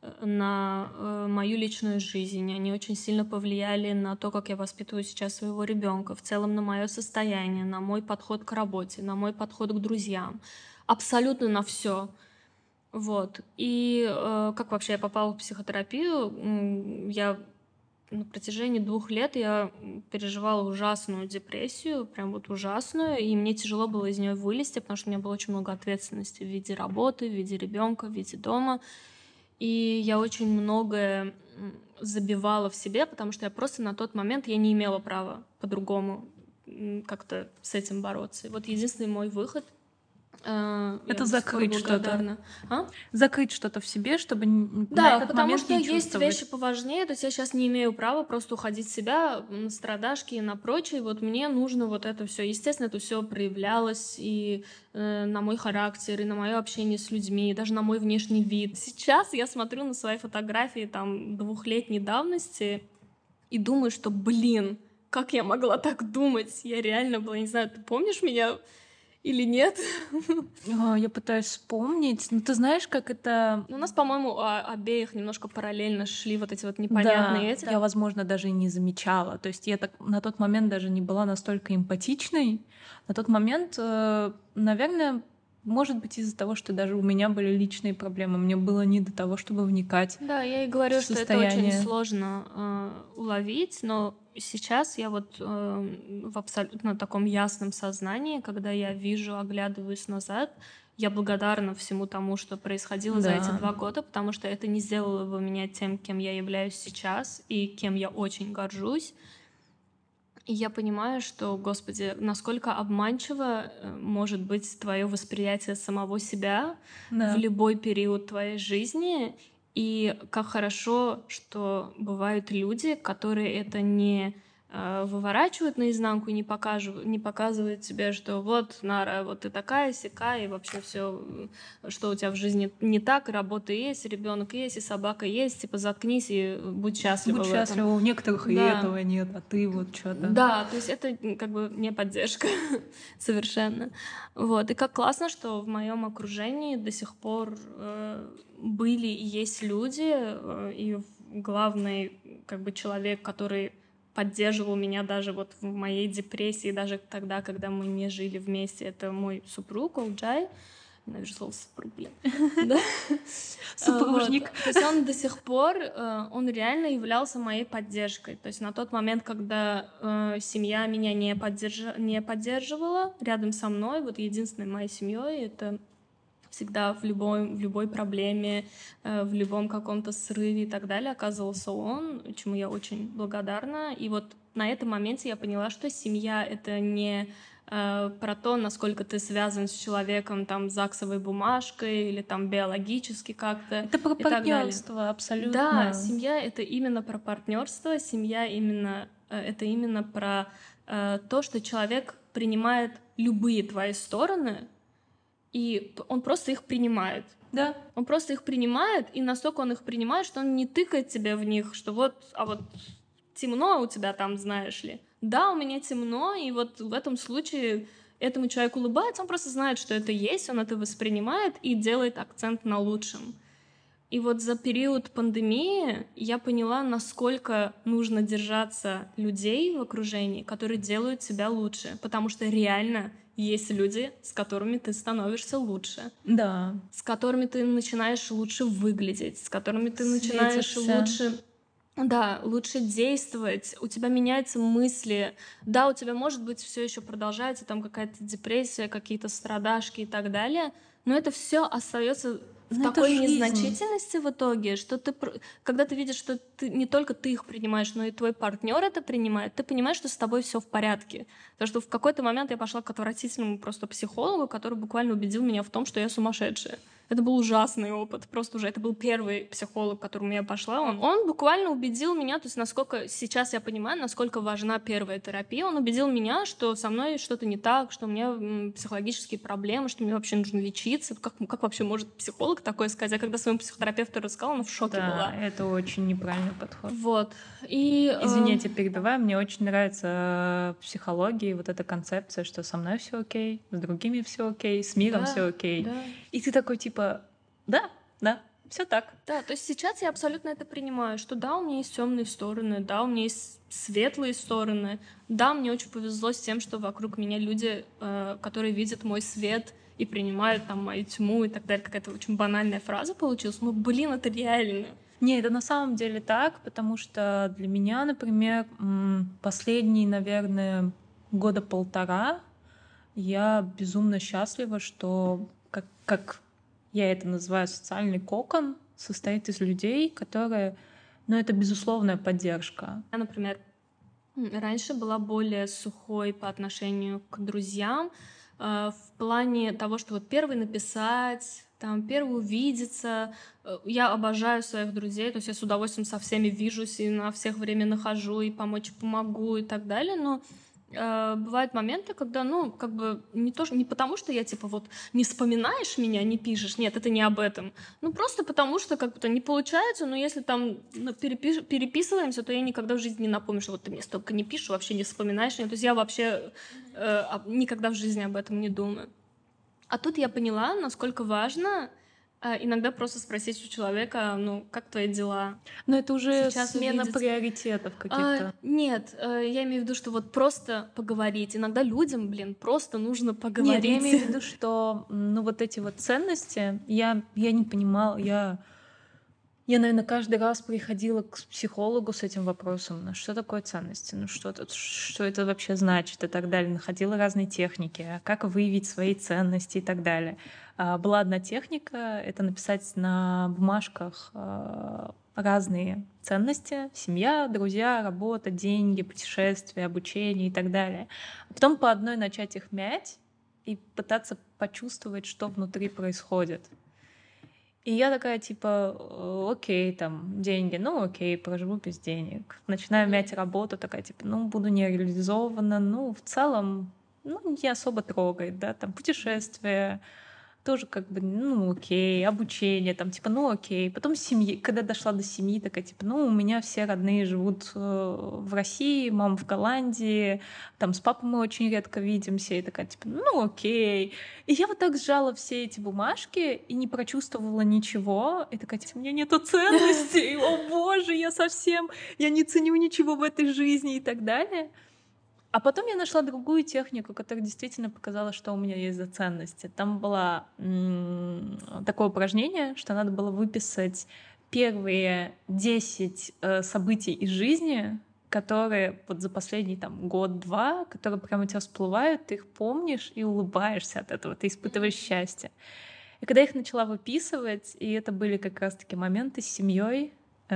на мою личную жизнь, они очень сильно повлияли на то, как я воспитываю сейчас своего ребенка, в целом на мое состояние, на мой подход к работе, на мой подход к друзьям. Абсолютно на все. Вот. И как вообще я попала в психотерапию, я на протяжении 2 лет я переживала ужасную депрессию, прям вот ужасную, и мне тяжело было из нее вылезти, потому что у меня было очень много ответственности в виде работы, в виде ребенка, в виде дома. И я очень многое забивала в себе, потому что я просто на тот момент я не имела права по-другому как-то с этим бороться. И вот единственный мой выход
Это
Я
закрыть что-то.
благодарна.
Закрыть что-то в себе, чтобы на
Да,
этот
потому
момент
что
не
есть
чувствовать.
вещи поважнее, то есть я сейчас не имею права просто уходить в себя на страдашки и на прочее. Вот мне нужно вот это все. Естественно, это все проявлялось и на мой характер, и на мое общение с людьми, и даже на мой внешний вид. Сейчас я смотрю на свои фотографии там 2-летней давности и думаю, что, блин, как я могла так думать? Я реально была, не знаю, ты помнишь меня или нет?
Я пытаюсь вспомнить. Ну, ты знаешь, как это...
У нас, по-моему, обеих немножко параллельно шли вот эти вот непонятные
Да,
эти.
я, возможно, даже и не замечала. То есть я так на тот момент даже не была настолько эмпатичной. На тот момент, наверное, может быть, из-за того, что даже у меня были личные проблемы. Мне было не до того, чтобы вникать
Да, я и
в
говорю, что это очень
состояние.
сложно уловить, но сейчас я вот в абсолютно таком ясном сознании, когда я вижу, оглядываюсь назад, я благодарна всему тому, что происходило за эти
Да.
2 года, потому что это не сделало бы меня тем, кем я являюсь сейчас и кем я очень горжусь. И я понимаю, что, Господи, насколько обманчиво может быть твое восприятие самого себя в
Да.
любой период твоей жизни, и как хорошо, что бывают люди, которые это не выворачивают наизнанку и не показывают тебе, что вот, Нара, вот ты такая, сякая, и вообще все, что у тебя в жизни не так, и работа есть, и ребенок есть, и собака есть, типа заткнись и будь счастлива
Будь
в этом.
счастлива, у некоторых и
Да.
этого нет, а ты вот что-то.
Да, то есть это как бы не поддержка совершенно. Вот. И как классно, что в моем окружении до сих пор были и есть люди, и главный как бы человек, который поддерживал меня даже вот в моей депрессии, даже тогда, когда мы не жили вместе, это мой супруг Олджай. Ненавижу слово супруг, блин.
Супружник.
То есть он до сих пор, он реально являлся моей поддержкой. То есть на тот момент, когда семья меня не поддерживала рядом со мной, вот единственной моей семьей, это всегда в любой проблеме, в любом каком-то срыве и так далее оказывался он, чему я очень благодарна. И вот на этом моменте я поняла, что семья — это не про то, насколько ты связан с человеком там ЗАГСовой бумажкой или там биологически как-то.
Это про
и так далее.
партнерство, абсолютно.
Да, семья — это именно про партнерство, семья это именно про то, что человек принимает любые твои стороны, и он просто их принимает.
Да.
Он просто их принимает, и настолько он их принимает, что он не тыкает тебе в них, что вот темно у тебя там, знаешь ли. Да, у меня темно, и вот в этом случае этому человеку улыбается, он просто знает, что это есть, он это воспринимает и делает акцент на лучшем. И вот за период пандемии я поняла, насколько нужно держаться людей в окружении, которые делают тебя лучше, потому что реально есть люди, с которыми ты становишься лучше.
Да.
С которыми ты начинаешь лучше выглядеть, с которыми ты начинаешь
Светишься.
лучше действовать, у тебя меняются мысли. Да, у тебя, может быть, все еще продолжается там какая-то депрессия, какие-то страдашки и так далее, но это все остается в такой незначительности в итоге, что когда ты видишь, что не только ты их принимаешь, но и твой партнер это принимает, ты понимаешь, что с тобой все в порядке. Потому что в какой-то момент я пошла к отвратительному просто психологу, который буквально убедил меня в том, что я сумасшедшая. Это был ужасный опыт, просто уже. Это был первый психолог, к которому я пошла. Он буквально убедил меня, то есть насколько сейчас я понимаю, насколько важна первая терапия. Он убедил меня, что со мной что-то не так, что у меня психологические проблемы, что мне вообще нужно лечиться. Как вообще может психолог такое сказать? Я когда своему психотерапевту рассказала, она в шоке была.
Да, это очень неправильный подход.
Вот. Извини,
я тебя перебиваю. Мне очень нравится в психологии вот эта концепция, что со мной все окей, с другими все окей, с миром все окей.
Да.
И ты такой типа, да, все так.
Да, то есть сейчас я абсолютно это принимаю, что да, у меня есть темные стороны, да, у меня есть светлые стороны, да, мне очень повезло с тем, что вокруг меня люди, которые видят мой свет и принимают там мою тьму и так далее. Какая-то очень банальная фраза получилась, но, блин, это реально.
Не, это на самом деле так, потому что для меня, например, последние, наверное, 1.5 я безумно счастлива, что как я это называю, социальный кокон состоит из людей, которые, это безусловная поддержка.
Я, например, раньше была более сухой по отношению к друзьям, в плане того, что вот первый написать, там, первый увидеться. Я обожаю своих друзей, то есть я с удовольствием со всеми вижусь и на всех время нахожу, и помочь помогу и так далее, но бывают моменты, когда, ну, как бы не потому, что я типа вот не вспоминаешь меня, не пишешь, нет, это не об этом, ну просто потому, что как-то не получается, но если там переписываемся, то я никогда в жизни не напомню, что вот ты мне столько не пишешь, вообще не вспоминаешь меня, то есть я вообще никогда в жизни об этом не думаю. А тут я поняла, насколько важно иногда просто спросить у человека, ну, как твои дела?
Но это уже
Сейчас
смена
увидеться.
приоритетов каких-то.
Нет, я имею в виду, что вот просто поговорить. Иногда людям, просто нужно
Нет,
поговорить.
я имею в виду, что ну вот эти вот ценности, я не понимала, я, наверное, каждый раз приходила к психологу с этим вопросом, ну что такое ценности, ну что это вообще значит и так далее. Находила разные техники, как выявить свои ценности и так далее. Была одна техника — это написать на бумажках разные ценности: семья, друзья, работа, деньги, путешествия, обучение и так далее. А потом по одной начать их мять и пытаться почувствовать, что внутри происходит. И я такая, типа, окей, там, деньги, ну окей, проживу без денег. Начинаю мять работу, такая, типа, ну, буду нереализована, ну, в целом, ну, не особо трогает, да, там, путешествия, тоже как бы, ну, окей, обучение, там, типа, ну, окей. Потом семьи, когда дошла до семьи, такая, типа, ну, у меня все родные живут в России, мама в Голландии, там, с папой мы очень редко видимся, и такая, типа, ну, окей. И я вот так сжала все эти бумажки и не прочувствовала ничего, и такая, типа, у меня нету ценностей, о боже, я не ценю ничего в этой жизни и так далее. А потом я нашла другую технику, которая действительно показала, что у меня есть за ценности. Там было такое упражнение, что надо было выписать первые 10 событий из жизни, которые вот за последний там год-два, которые прямо у тебя всплывают, ты их помнишь и улыбаешься от этого, ты испытываешь счастье. И когда я их начала выписывать, и это были как раз-таки моменты с семьей,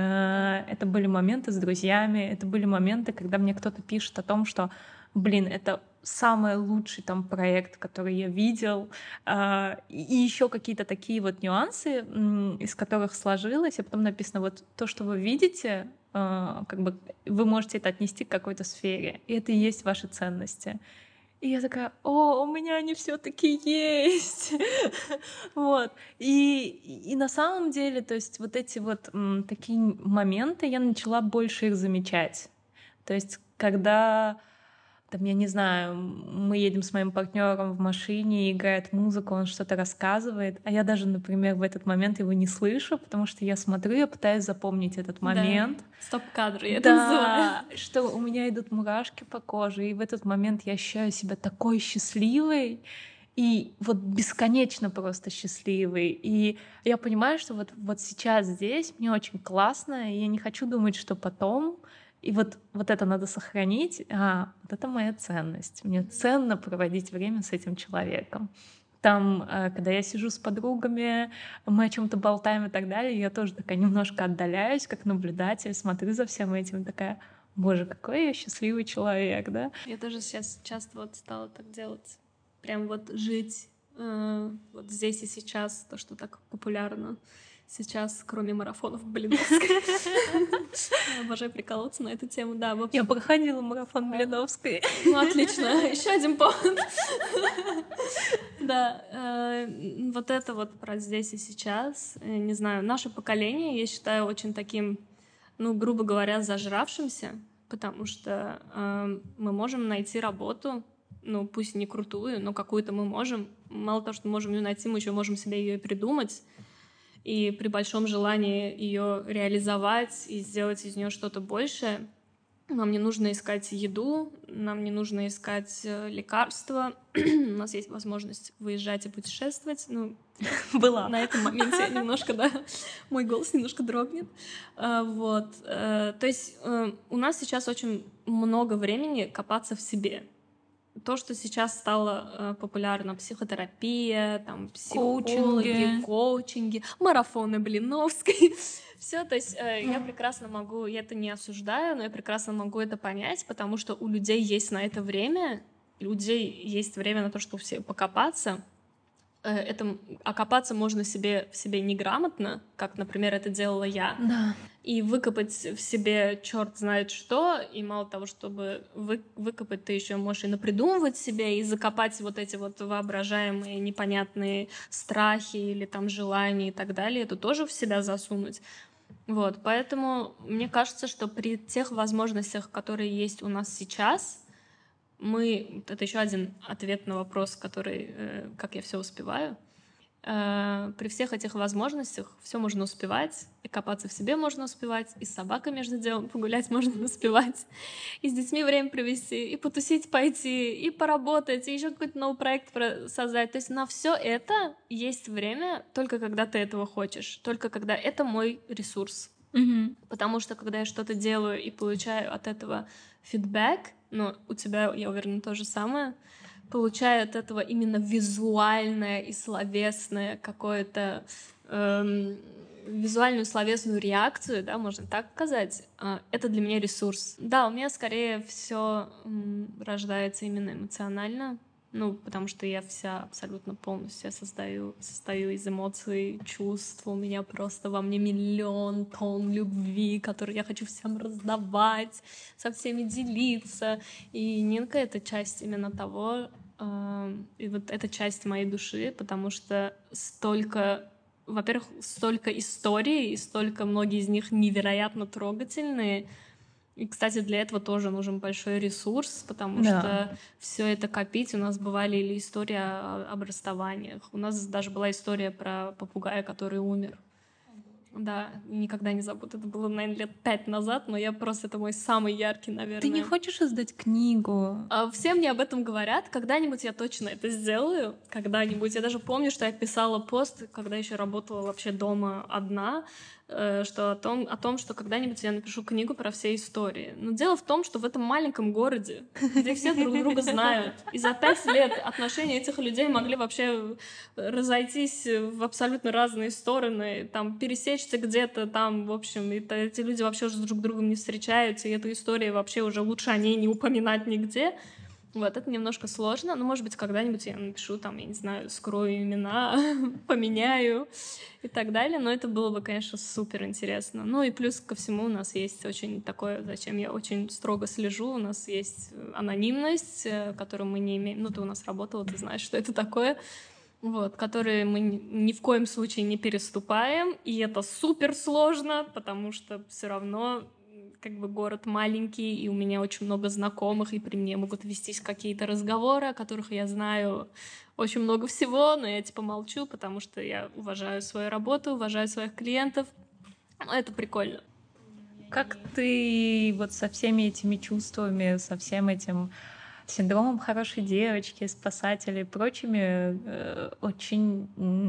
это были моменты с друзьями, это были моменты, когда мне кто-то пишет о том, что, блин, это самый лучший там проект, который я видел, и еще какие-то такие вот нюансы, из которых сложилось, и потом написано вот то, что вы видите, как бы вы можете это отнести к какой-то сфере, и это и есть ваши ценности. И я такая, о, у меня они все-таки есть. Вот. И на самом деле, то есть вот эти вот такие моменты, я начала больше их замечать. То есть когда, там, я не знаю, мы едем с моим партнером в машине, играет музыка, он что-то рассказывает, а я даже, например, в этот момент его не слышу, потому что я смотрю, я пытаюсь запомнить этот момент.
Да, стоп-кадры, я это называю.
Да, что у меня идут мурашки по коже, и в этот момент я ощущаю себя такой счастливой, и вот бесконечно просто счастливой. И я понимаю, что вот сейчас здесь мне очень классно, и я не хочу думать, что потом. И вот это надо сохранить. Вот это моя ценность. Мне ценно проводить время с этим человеком. Там, когда я сижу с подругами, мы о чем-то болтаем и так далее, я тоже такая немножко отдаляюсь, как наблюдатель, смотрю за всем этим, такая, боже, какой я счастливый человек, да?
Я тоже сейчас часто вот стала так делать. Прям вот жить вот здесь и сейчас, то, что так популярно сейчас, кроме марафонов в Блиновской. Обожаю прикалываться на эту тему, да.
Я проходила марафон Блиновской.
Ну, отлично, еще один повод. Да, вот это вот про здесь и сейчас. Не знаю, наше поколение, я считаю, очень таким, ну, грубо говоря, зажравшимся, потому что мы можем найти работу, ну, пусть не крутую, но какую-то мы можем. Мало того, что мы можем ее найти, мы еще можем себе ее и придумать. И при большом желании ее реализовать и сделать из нее что-то большее, нам не нужно искать еду, нам не нужно искать лекарства. У нас есть возможность выезжать и путешествовать. Ну,
была.
На этом моменте немножко, да, мой голос немножко дрогнет. Вот. То есть у нас сейчас очень много времени копаться в себе. То, что сейчас стало популярно, психотерапия, там, психологи, коучинги, марафоны Блиновской. Все, то есть я прекрасно могу, я это не осуждаю, но я прекрасно могу это понять, потому что у людей есть на это время, у людей есть время на то, чтобы все покопаться. А копаться можно в себе неграмотно, как, например, это делала я.
Да.
И выкопать в себе черт знает что, и мало того, чтобы выкопать, ты еще можешь и напридумывать себе, и закопать вот эти вот воображаемые непонятные страхи или там желания и так далее, это тоже в себя засунуть. Вот, поэтому мне кажется, что при тех возможностях, которые есть у нас сейчас, это еще один ответ на вопрос, который, как я все успеваю. При всех этих возможностях все можно успевать, и копаться в себе можно успевать, и с собакой между делом погулять можно успевать, и с детьми время провести, и потусить пойти, и поработать, и еще какой-то новый проект создать. То есть на все это есть время только когда ты этого хочешь, только когда это мой ресурс. Потому что когда я что-то делаю и получаю от этого фидбэк, у тебя, я уверена, то же самое, получаю от этого именно визуальное и словесное какое-то визуальную словесную реакцию, да, можно так сказать, это для меня ресурс. Да, у меня скорее все рождается именно эмоционально, потому что я вся абсолютно полностью состою из эмоций, чувств. У меня просто во мне миллион тонн любви, которые я хочу всем раздавать, со всеми делиться. И Нинка — это часть именно того, и вот это часть моей души, потому что во-первых, столько историй, и столько многие из них невероятно трогательные. И, кстати, для этого тоже нужен большой ресурс, потому что все это копить. У нас бывали или истории об расставаниях. У нас даже была история про попугая, который умер. Да, никогда не забуду. Это было, наверное, лет 5 назад, но это мой самый яркий, наверное.
Ты не хочешь издать книгу?
Все мне об этом говорят. Когда-нибудь я точно это сделаю. Когда-нибудь. Я даже помню, что я писала пост, когда еще работала вообще дома одна, что о том, что когда-нибудь я напишу книгу про все истории. Но дело в том, что в этом маленьком городе, где все друг друга знают, и за 5 лет отношения этих людей могли вообще разойтись в абсолютно разные стороны, там, пересечься где-то там, в общем, и эти люди вообще уже друг с другом не встречаются, и эта история вообще уже лучше о ней не упоминать нигде. Вот, это немножко сложно, но, может быть, когда-нибудь я напишу, там, я не знаю, скрою имена, поменяю и так далее, но это было бы, конечно, супер интересно. Ну и плюс ко всему у нас есть очень такое, зачем я очень строго слежу, у нас есть анонимность, которую мы не имеем, ты у нас работала, ты знаешь, что это такое, вот, которые мы ни в коем случае не переступаем, и это супер сложно, потому что все равно город маленький, и у меня очень много знакомых, и при мне могут вестись какие-то разговоры, о которых я знаю очень много всего, но я молчу, потому что я уважаю свою работу, уважаю своих клиентов. Это прикольно.
Как ты вот со всеми этими чувствами, со всем этим синдромом хорошей девочки, спасателей и прочими, очень...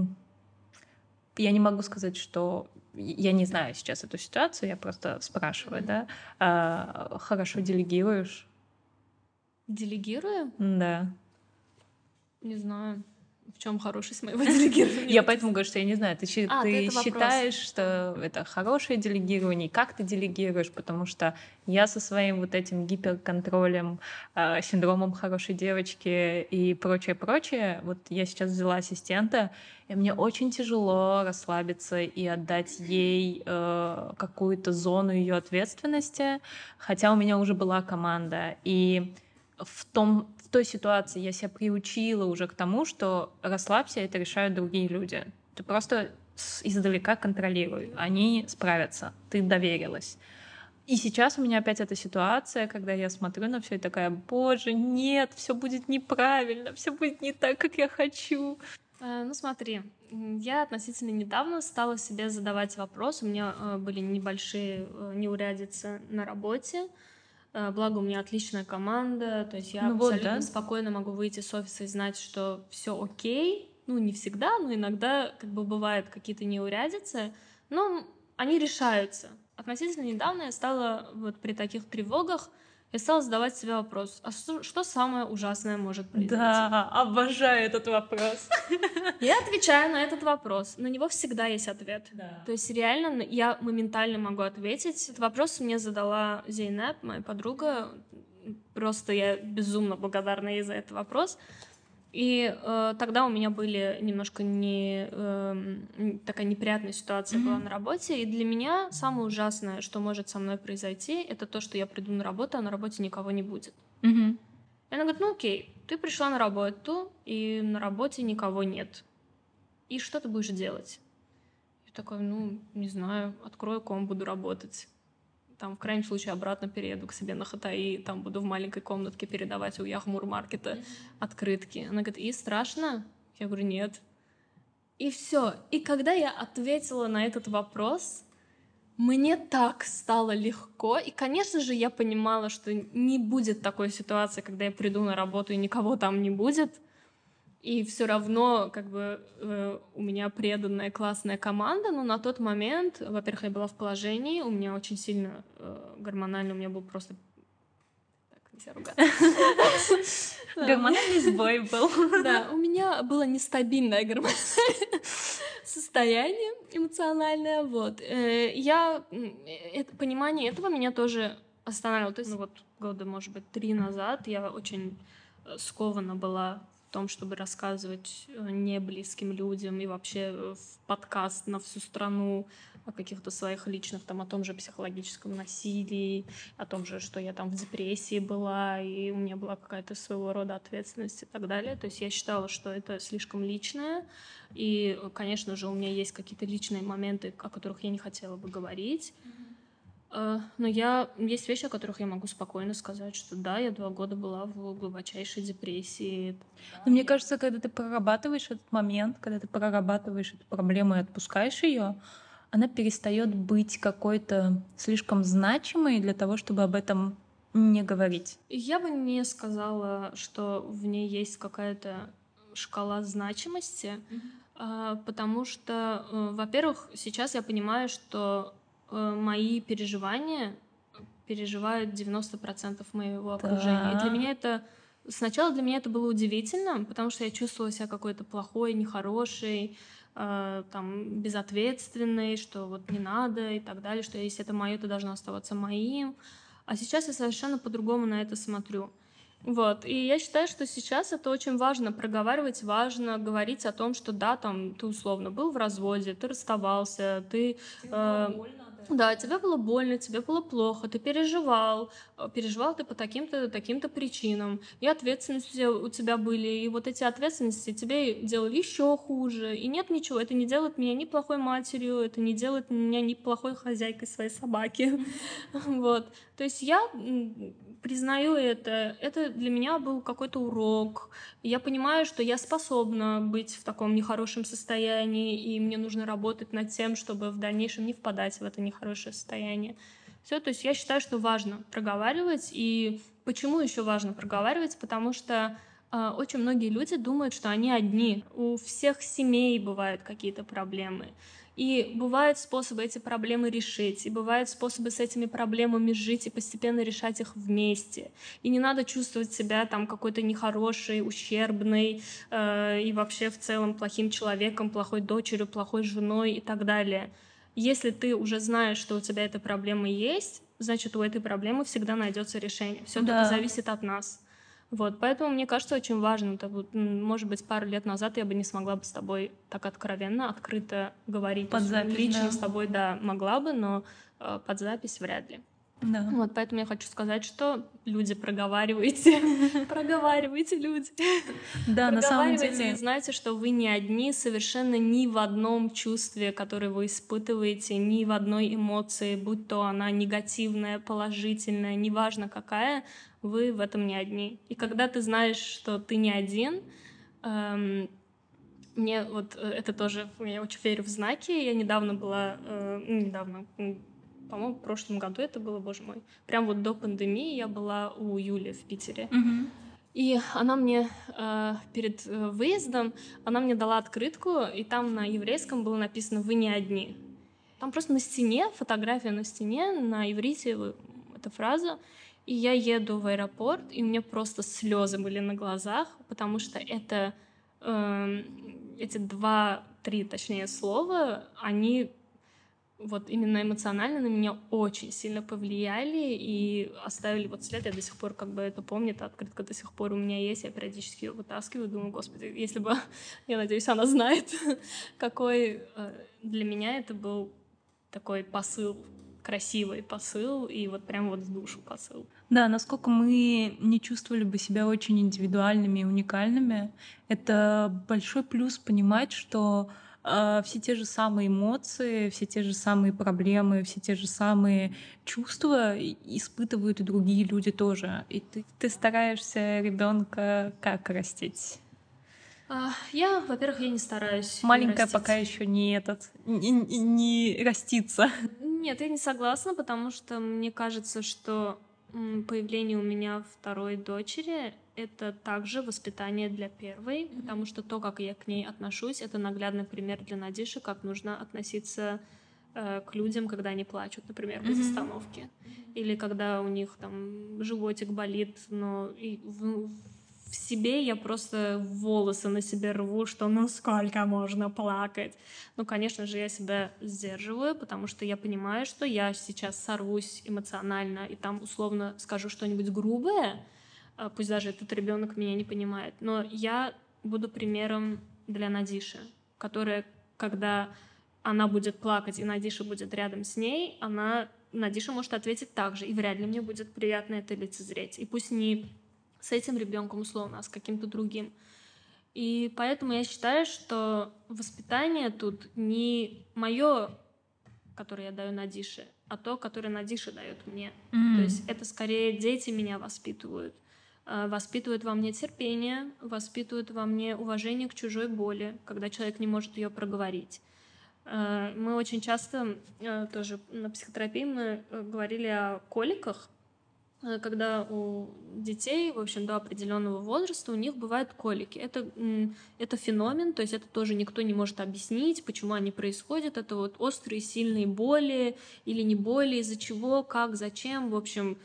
Я не могу сказать, что... Я не знаю сейчас эту ситуацию, я просто спрашиваю, да? Хорошо делегируешь?
Делегирую?
Да.
Не знаю. В чем хорошесть моего делегирования?
Я поэтому говорю, что я не знаю. Ты считаешь, что это хорошее делегирование? Как ты делегируешь? Потому что я со своим вот этим гиперконтролем, синдромом хорошей девочки и прочее, вот я сейчас взяла ассистента, и мне очень тяжело расслабиться и отдать ей какую-то зону ее ответственности, хотя у меня уже была команда. И в той ситуации я себя приучила уже к тому, что расслабься, это решают другие люди. Ты просто издалека контролируй, они справятся, ты доверилась. И сейчас у меня опять эта ситуация, когда я смотрю на все и такая: боже, нет, все будет неправильно, все будет не так, как я хочу.
Смотри, я относительно недавно стала себе задавать вопрос. У меня были небольшие неурядицы на работе. Благо, у меня отличная команда, то есть я абсолютно спокойно могу выйти с офиса и знать, что все окей. Не всегда, но иногда бывают какие-то неурядицы, но они решаются. Относительно недавно я стала при таких тревогах, я стала задавать себе вопрос: а что самое ужасное может произойти?
Да, обожаю этот вопрос.
Я отвечаю на этот вопрос. На него всегда есть ответ.
Да.
То есть реально я моментально могу ответить. Этот вопрос мне задала Зейнеп, моя подруга, просто я безумно благодарна ей за этот вопрос. И тогда у меня были немножко такая неприятная ситуация была на работе, и для меня самое ужасное, что может со мной произойти, это то, что я приду на работу, а на работе никого не будет. И она говорит, ну окей, ты пришла на работу, и на работе никого нет. И что ты будешь делать? Я такая, ну, не знаю, открою комп, буду работать. Там, в крайнем случае, обратно перееду к себе на Хатаи, там буду в маленькой комнатке передавать у Яхмур-маркета открытки. Она говорит, и страшно? Я говорю, нет. И все. И когда я ответила на этот вопрос, мне так стало легко. И, конечно же, я понимала, что не будет такой ситуации, когда я приду на работу и никого там не будет. И все равно, как бы, у меня преданная классная команда, но на тот момент, во-первых, я была в положении, у меня очень сильно гормонально, у меня был просто... Так, нельзя ругаться.
Гормональный сбой был.
Да, у меня было нестабильное гормональное состояние эмоциональное, вот. Понимание этого меня тоже останавливало. То есть, ну вот, года, может быть, 3 назад я очень скована была в том, чтобы рассказывать неблизким людям и вообще в подкаст на всю страну о каких-то своих личных, там, о том же психологическом насилии, о том же, что я там в депрессии была, и у меня была какая-то своего рода ответственность и так далее. То есть я считала, что это слишком личное, и, конечно же, у меня есть какие-то личные моменты, о которых я не хотела бы говорить. Но есть вещи, о которых я могу спокойно сказать, что да, я 2 года была в глубочайшей депрессии.
Но мне кажется, когда ты прорабатываешь этот момент, когда ты прорабатываешь эту проблему и отпускаешь ее, она перестает быть какой-то слишком значимой для того, чтобы об этом не говорить.
Я бы не сказала, что в ней есть какая-то шкала значимости, потому что, во-первых, сейчас я понимаю, что мои переживания переживают 90% моего окружения. И для меня это... Сначала для меня это было удивительно, потому что я чувствовала себя какой-то плохой, нехорошей, там, безответственной, что вот не надо и так далее, что если это мое, то должно оставаться моим. А сейчас я совершенно по-другому на это смотрю. Вот. И я считаю, что сейчас это очень важно проговаривать, важно говорить о том, что да, там, ты условно был в разводе, ты расставался, ты... Да, тебе было больно, тебе было плохо, ты переживал ты по таким-то причинам, и ответственности у тебя были, и вот эти ответственности тебе делали еще хуже, и нет ничего, это не делает меня ни плохой матерью, это не делает меня ни плохой хозяйкой своей собаки, вот, то есть я признаю это для меня был какой-то урок, я понимаю, что я способна быть в таком нехорошем состоянии, и мне нужно работать над тем, чтобы в дальнейшем не впадать в это нехорошее состояние. Все, то есть я считаю, что важно проговаривать. И почему еще важно проговаривать? Потому что очень многие люди думают, что они одни. У всех семей бывают какие-то проблемы. И бывают способы эти проблемы решить, и бывают способы с этими проблемами жить и постепенно решать их вместе. И не надо чувствовать себя там какой-то нехорошей, ущербной и вообще в целом плохим человеком, плохой дочерью, плохой женой и так далее. Если ты уже знаешь, что у тебя эта проблема есть, значит, у этой проблемы всегда найдется решение. Все только зависит от нас. Вот, поэтому мне кажется очень важно, это вот, может быть, пару лет назад я бы не смогла бы с тобой так откровенно, открыто говорить.
Под запись,
лично с тобой, да, могла бы, но под запись вряд ли.
Да.
Вот, поэтому я хочу сказать, что люди, проговаривайте, проговаривайте, люди.
Да, на самом деле.
И знайте, что вы не одни совершенно ни в одном чувстве, которое вы испытываете, ни в одной эмоции, будь то она негативная, положительная, неважно какая, вы в этом не одни. И когда ты знаешь, что ты не один, мне вот это тоже, я очень верю в знаки. Я недавно была, по-моему, в прошлом году это было, боже мой, прям вот до пандемии я была у Юли в Питере. И она мне перед выездом, она мне дала открытку, и там на еврейском было написано «Вы не одни». Там просто на стене, фотография на стене, на иврите эта фраза. И я еду в аэропорт, и у меня просто слезы были на глазах, потому что это эти 2-3, точнее, слова, они вот именно эмоционально на меня очень сильно повлияли и оставили вот след. Я до сих пор как бы это помню, эта открытка до сих пор у меня есть, я периодически ее вытаскиваю, думаю, господи, если бы, я надеюсь, она знает, какой для меня это был такой посыл, красивый посыл, и вот прям вот в душу посыл.
Да, насколько мы не чувствовали бы себя очень индивидуальными и уникальными, это большой плюс понимать, что все те же самые эмоции, все те же самые проблемы, все те же самые чувства испытывают и другие люди тоже. И ты стараешься ребенка как растить?
Во-первых, я не стараюсь
Маленькая
растить.
пока еще не растится.
Нет, я не согласна, потому что мне кажется, что появление у меня второй дочери — это также воспитание для первой, потому что то, как я к ней отношусь, это наглядный пример для Надиши, как нужно относиться к людям, когда они плачут, например, без остановки, или когда у них там животик болит, но в себе я просто волосы на себе рву, что ну сколько можно плакать. Ну, конечно же, я себя сдерживаю, потому что я понимаю, что я сейчас сорвусь эмоционально и там условно скажу что-нибудь грубое, пусть даже этот ребенок меня не понимает, но я буду примером для Надиши, которая, когда она будет плакать и Надиша будет рядом с ней, Надиша может ответить так же, и вряд ли мне будет приятно это лицезреть. И пусть не с этим ребенком условно, а с каким-то другим. И поэтому я считаю, что воспитание тут не мое, которое я даю Надише, а то, которое Надиша дает мне. То есть это скорее дети меня воспитывают. Воспитывают во мне терпение, воспитывают во мне уважение к чужой боли, когда человек не может ее проговорить. Мы очень часто тоже на психотерапии мы говорили о коликах, когда у детей, в общем, до определенного возраста у них бывают колики. Это феномен, то есть это тоже никто не может объяснить, почему они происходят. Это вот острые, сильные боли или не боли, из-за чего, как, зачем, в общем.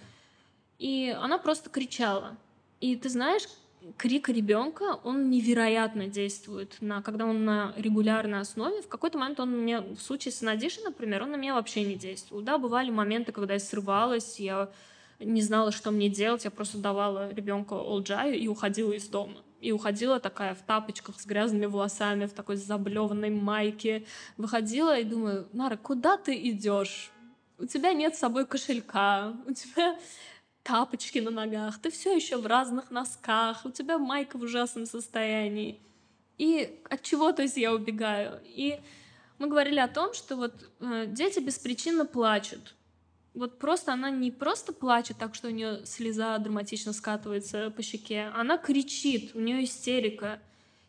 И она просто кричала. И ты знаешь, крик ребенка, он невероятно действует, когда он на регулярной основе. В какой-то момент он мне, в случае с Надишей, например, он на меня вообще не действовал. Да, бывали моменты, когда я срывалась, я не знала, что мне делать, я просто давала ребенку олджаю и уходила из дома. И уходила такая в тапочках с грязными волосами, в такой заблеванной майке. Выходила и думаю, Нара, куда ты идешь? У тебя нет с собой кошелька, у тебя тапочки на ногах, ты все еще в разных носках, у тебя майка в ужасном состоянии. И от чего, то есть, я убегаю? И мы говорили о том, что вот дети беспричинно плачут. Вот просто она не просто плачет так, что у нее слеза драматично скатывается по щеке, она кричит, у нее истерика,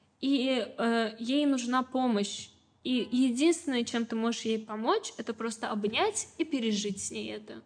и ей нужна помощь. И единственное, чем ты можешь ей помочь, это просто обнять и пережить с ней это.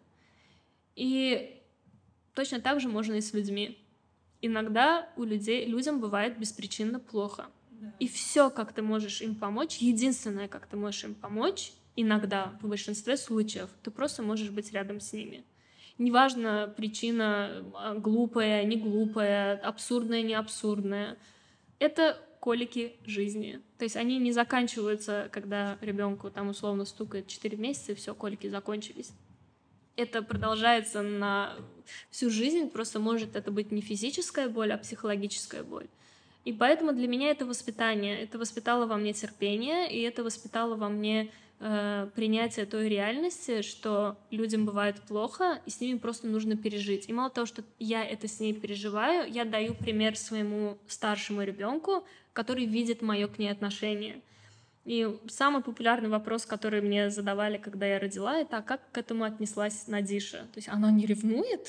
И точно так же можно и с людьми. Иногда людям бывает беспричинно плохо. И все, как ты можешь им помочь, единственное, как ты можешь им помочь, иногда, в большинстве случаев, ты просто можешь быть рядом с ними. Неважно, причина глупая, не глупая, абсурдная, не абсурдная. Это колики жизни. То есть они не заканчиваются, когда ребенку там условно стукает 4 месяца, и все, колики закончились. Это продолжается на всю жизнь, просто может это быть не физическая боль, а психологическая боль. И поэтому для меня это воспитание. Это воспитало во мне терпение, и это воспитало во мне принятие той реальности, что людям бывает плохо, и с ними просто нужно пережить. И мало того, что я это с ней переживаю, я даю пример своему старшему ребенку, который видит мое к ней отношение. И самый популярный вопрос, который мне задавали, когда я родила, это: а как к этому отнеслась Надиша? То есть она не ревнует?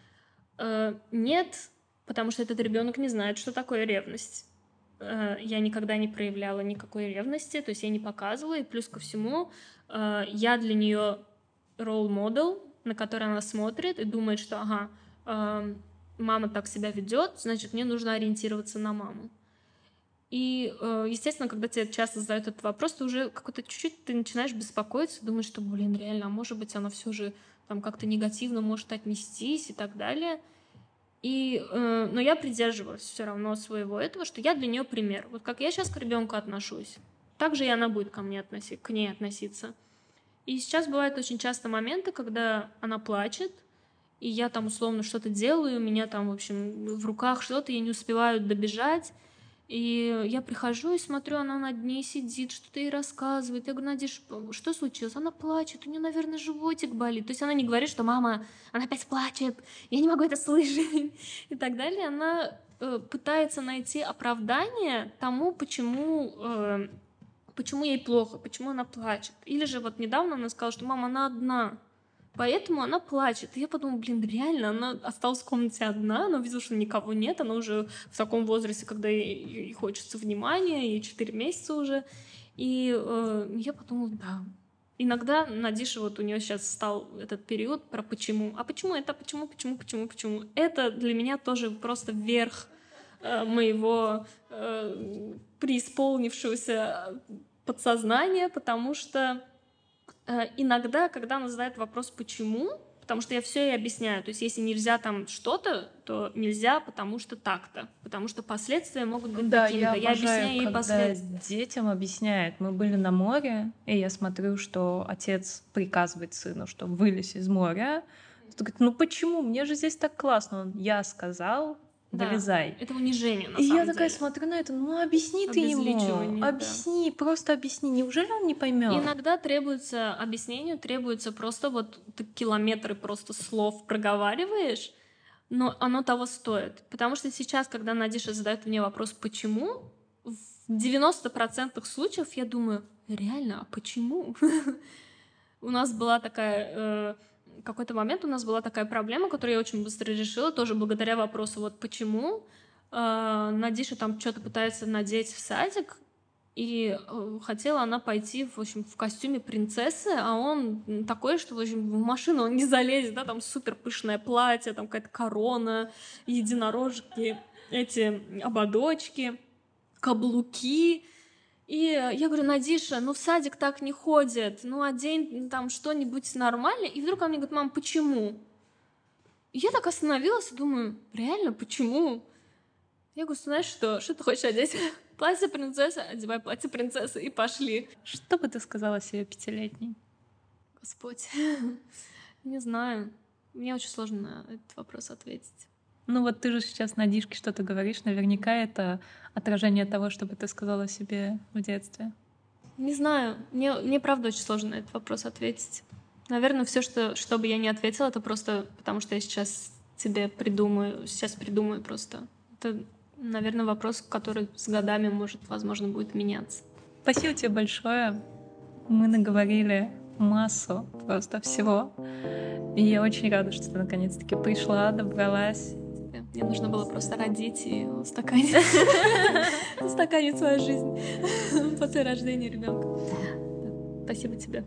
Нет, потому что этот ребенок не знает, что такое ревность. Я никогда не проявляла никакой ревности, то есть я не показывала, и плюс ко всему я для нее ролл-модел, на который она смотрит и думает, что ага, мама так себя ведет, значит, мне нужно ориентироваться на маму. И, естественно, когда тебе часто задают этот вопрос, ты уже какой-то чуть-чуть ты начинаешь беспокоиться, думаешь, что, блин, реально, а может быть, она все же там как-то негативно может отнестись и так далее. Но я придерживалась все равно своего этого, что я для нее пример. Вот как я сейчас к ребенку отношусь, так же и она будет к ней относиться. И сейчас бывают очень часто моменты, когда она плачет, и я там условно что-то делаю, у меня там, в общем, в руках что-то, я не успеваю добежать. И я прихожу и смотрю, она над ней сидит, что-то ей рассказывает. Я говорю: Надиш, что случилось? Она плачет, у нее, наверное, животик болит. То есть она не говорит, что мама, она опять плачет, я не могу это слышать и так далее. Она пытается найти оправдание тому, почему ей плохо, почему она плачет. Или же вот недавно она сказала, что мама, она одна, поэтому она плачет. И я подумала, реально, она осталась в комнате одна, она увидела, что никого нет, она уже в таком возрасте, когда ей хочется внимания, ей 4 месяца уже. И я подумала, да. Иногда Надиша, вот у нее сейчас стал этот период про почему. А почему это? Почему? Это для меня тоже просто верх моего преисполнившегося подсознания, потому что иногда, когда она задает вопрос «почему?», потому что я все ей объясняю. То есть если нельзя там что-то, то нельзя, потому что так-то. Потому что последствия могут быть такими-то. Я объясняю ей последствия.
Детям объясняет. Мы были на море, и я смотрю, что отец приказывает сыну, что вылезь из моря. Он говорит, почему? Мне же здесь так классно. Я сказал, вылезай.
Это унижение, на
самом деле. И я такая
деле.
Смотрю на это, объясни ты ему. Объясни, просто объясни. Неужели он не поймет?
Иногда требуется объяснению, требуется просто вот ты километры просто слов проговариваешь, но оно того стоит. Потому что сейчас, когда Надиша задает мне вопрос «почему?», в 90% случаев я думаю, реально, а почему? У нас была такая... В какой-то момент у нас была такая проблема, которую я очень быстро решила, тоже благодаря вопросу вот «почему?». Надиша там что-то пытается надеть в садик, и хотела она пойти, в общем, в костюме принцессы, а он такой, что, в общем, в машину он не залезет, да, там супер пышное платье, там какая-то корона, единорожки, эти ободочки, каблуки. И я говорю, Надиша, в садик так не ходят, одень там что-нибудь нормальное. И вдруг она мне говорит, мам, почему? И я так остановилась и думаю, реально, почему? Я говорю, знаешь что ты хочешь одеть? Платье принцессы, одевай платье принцессы, и пошли.
Что бы ты сказала себе 5-летней?
Господь, не знаю. Мне очень сложно на этот вопрос ответить.
Вот ты же сейчас Надишке что-то говоришь, наверняка это отражение того, что бы ты сказала себе в детстве.
Не знаю, мне правда очень сложно на этот вопрос ответить. Наверное, все, что бы я не ответила, это просто потому, что я сейчас придумаю просто. Это, наверное, вопрос, который с годами возможно, будет меняться.
Спасибо тебе большое. Мы наговорили массу просто всего. И я очень рада, что ты наконец-таки пришла, добралась.
Мне нужно было просто родить и устаканить свою жизнь после рождения ребенка. Спасибо тебе.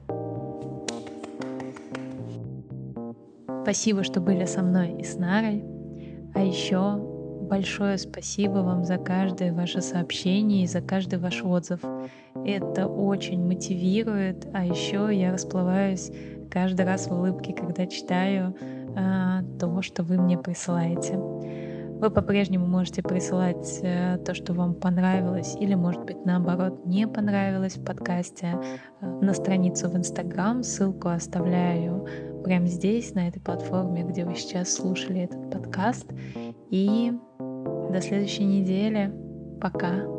Спасибо, что были со мной и с Нарой. А еще большое спасибо вам за каждое ваше сообщение и за каждый ваш отзыв. Это очень мотивирует, а еще я расплываюсь каждый раз в улыбке, когда читаю то, что вы мне присылаете. Вы по-прежнему можете присылать то, что вам понравилось, или, может быть, наоборот, не понравилось в подкасте, на страницу в Инстаграм. Ссылку оставляю прямо здесь, на этой платформе, где вы сейчас слушали этот подкаст. И до следующей недели. Пока.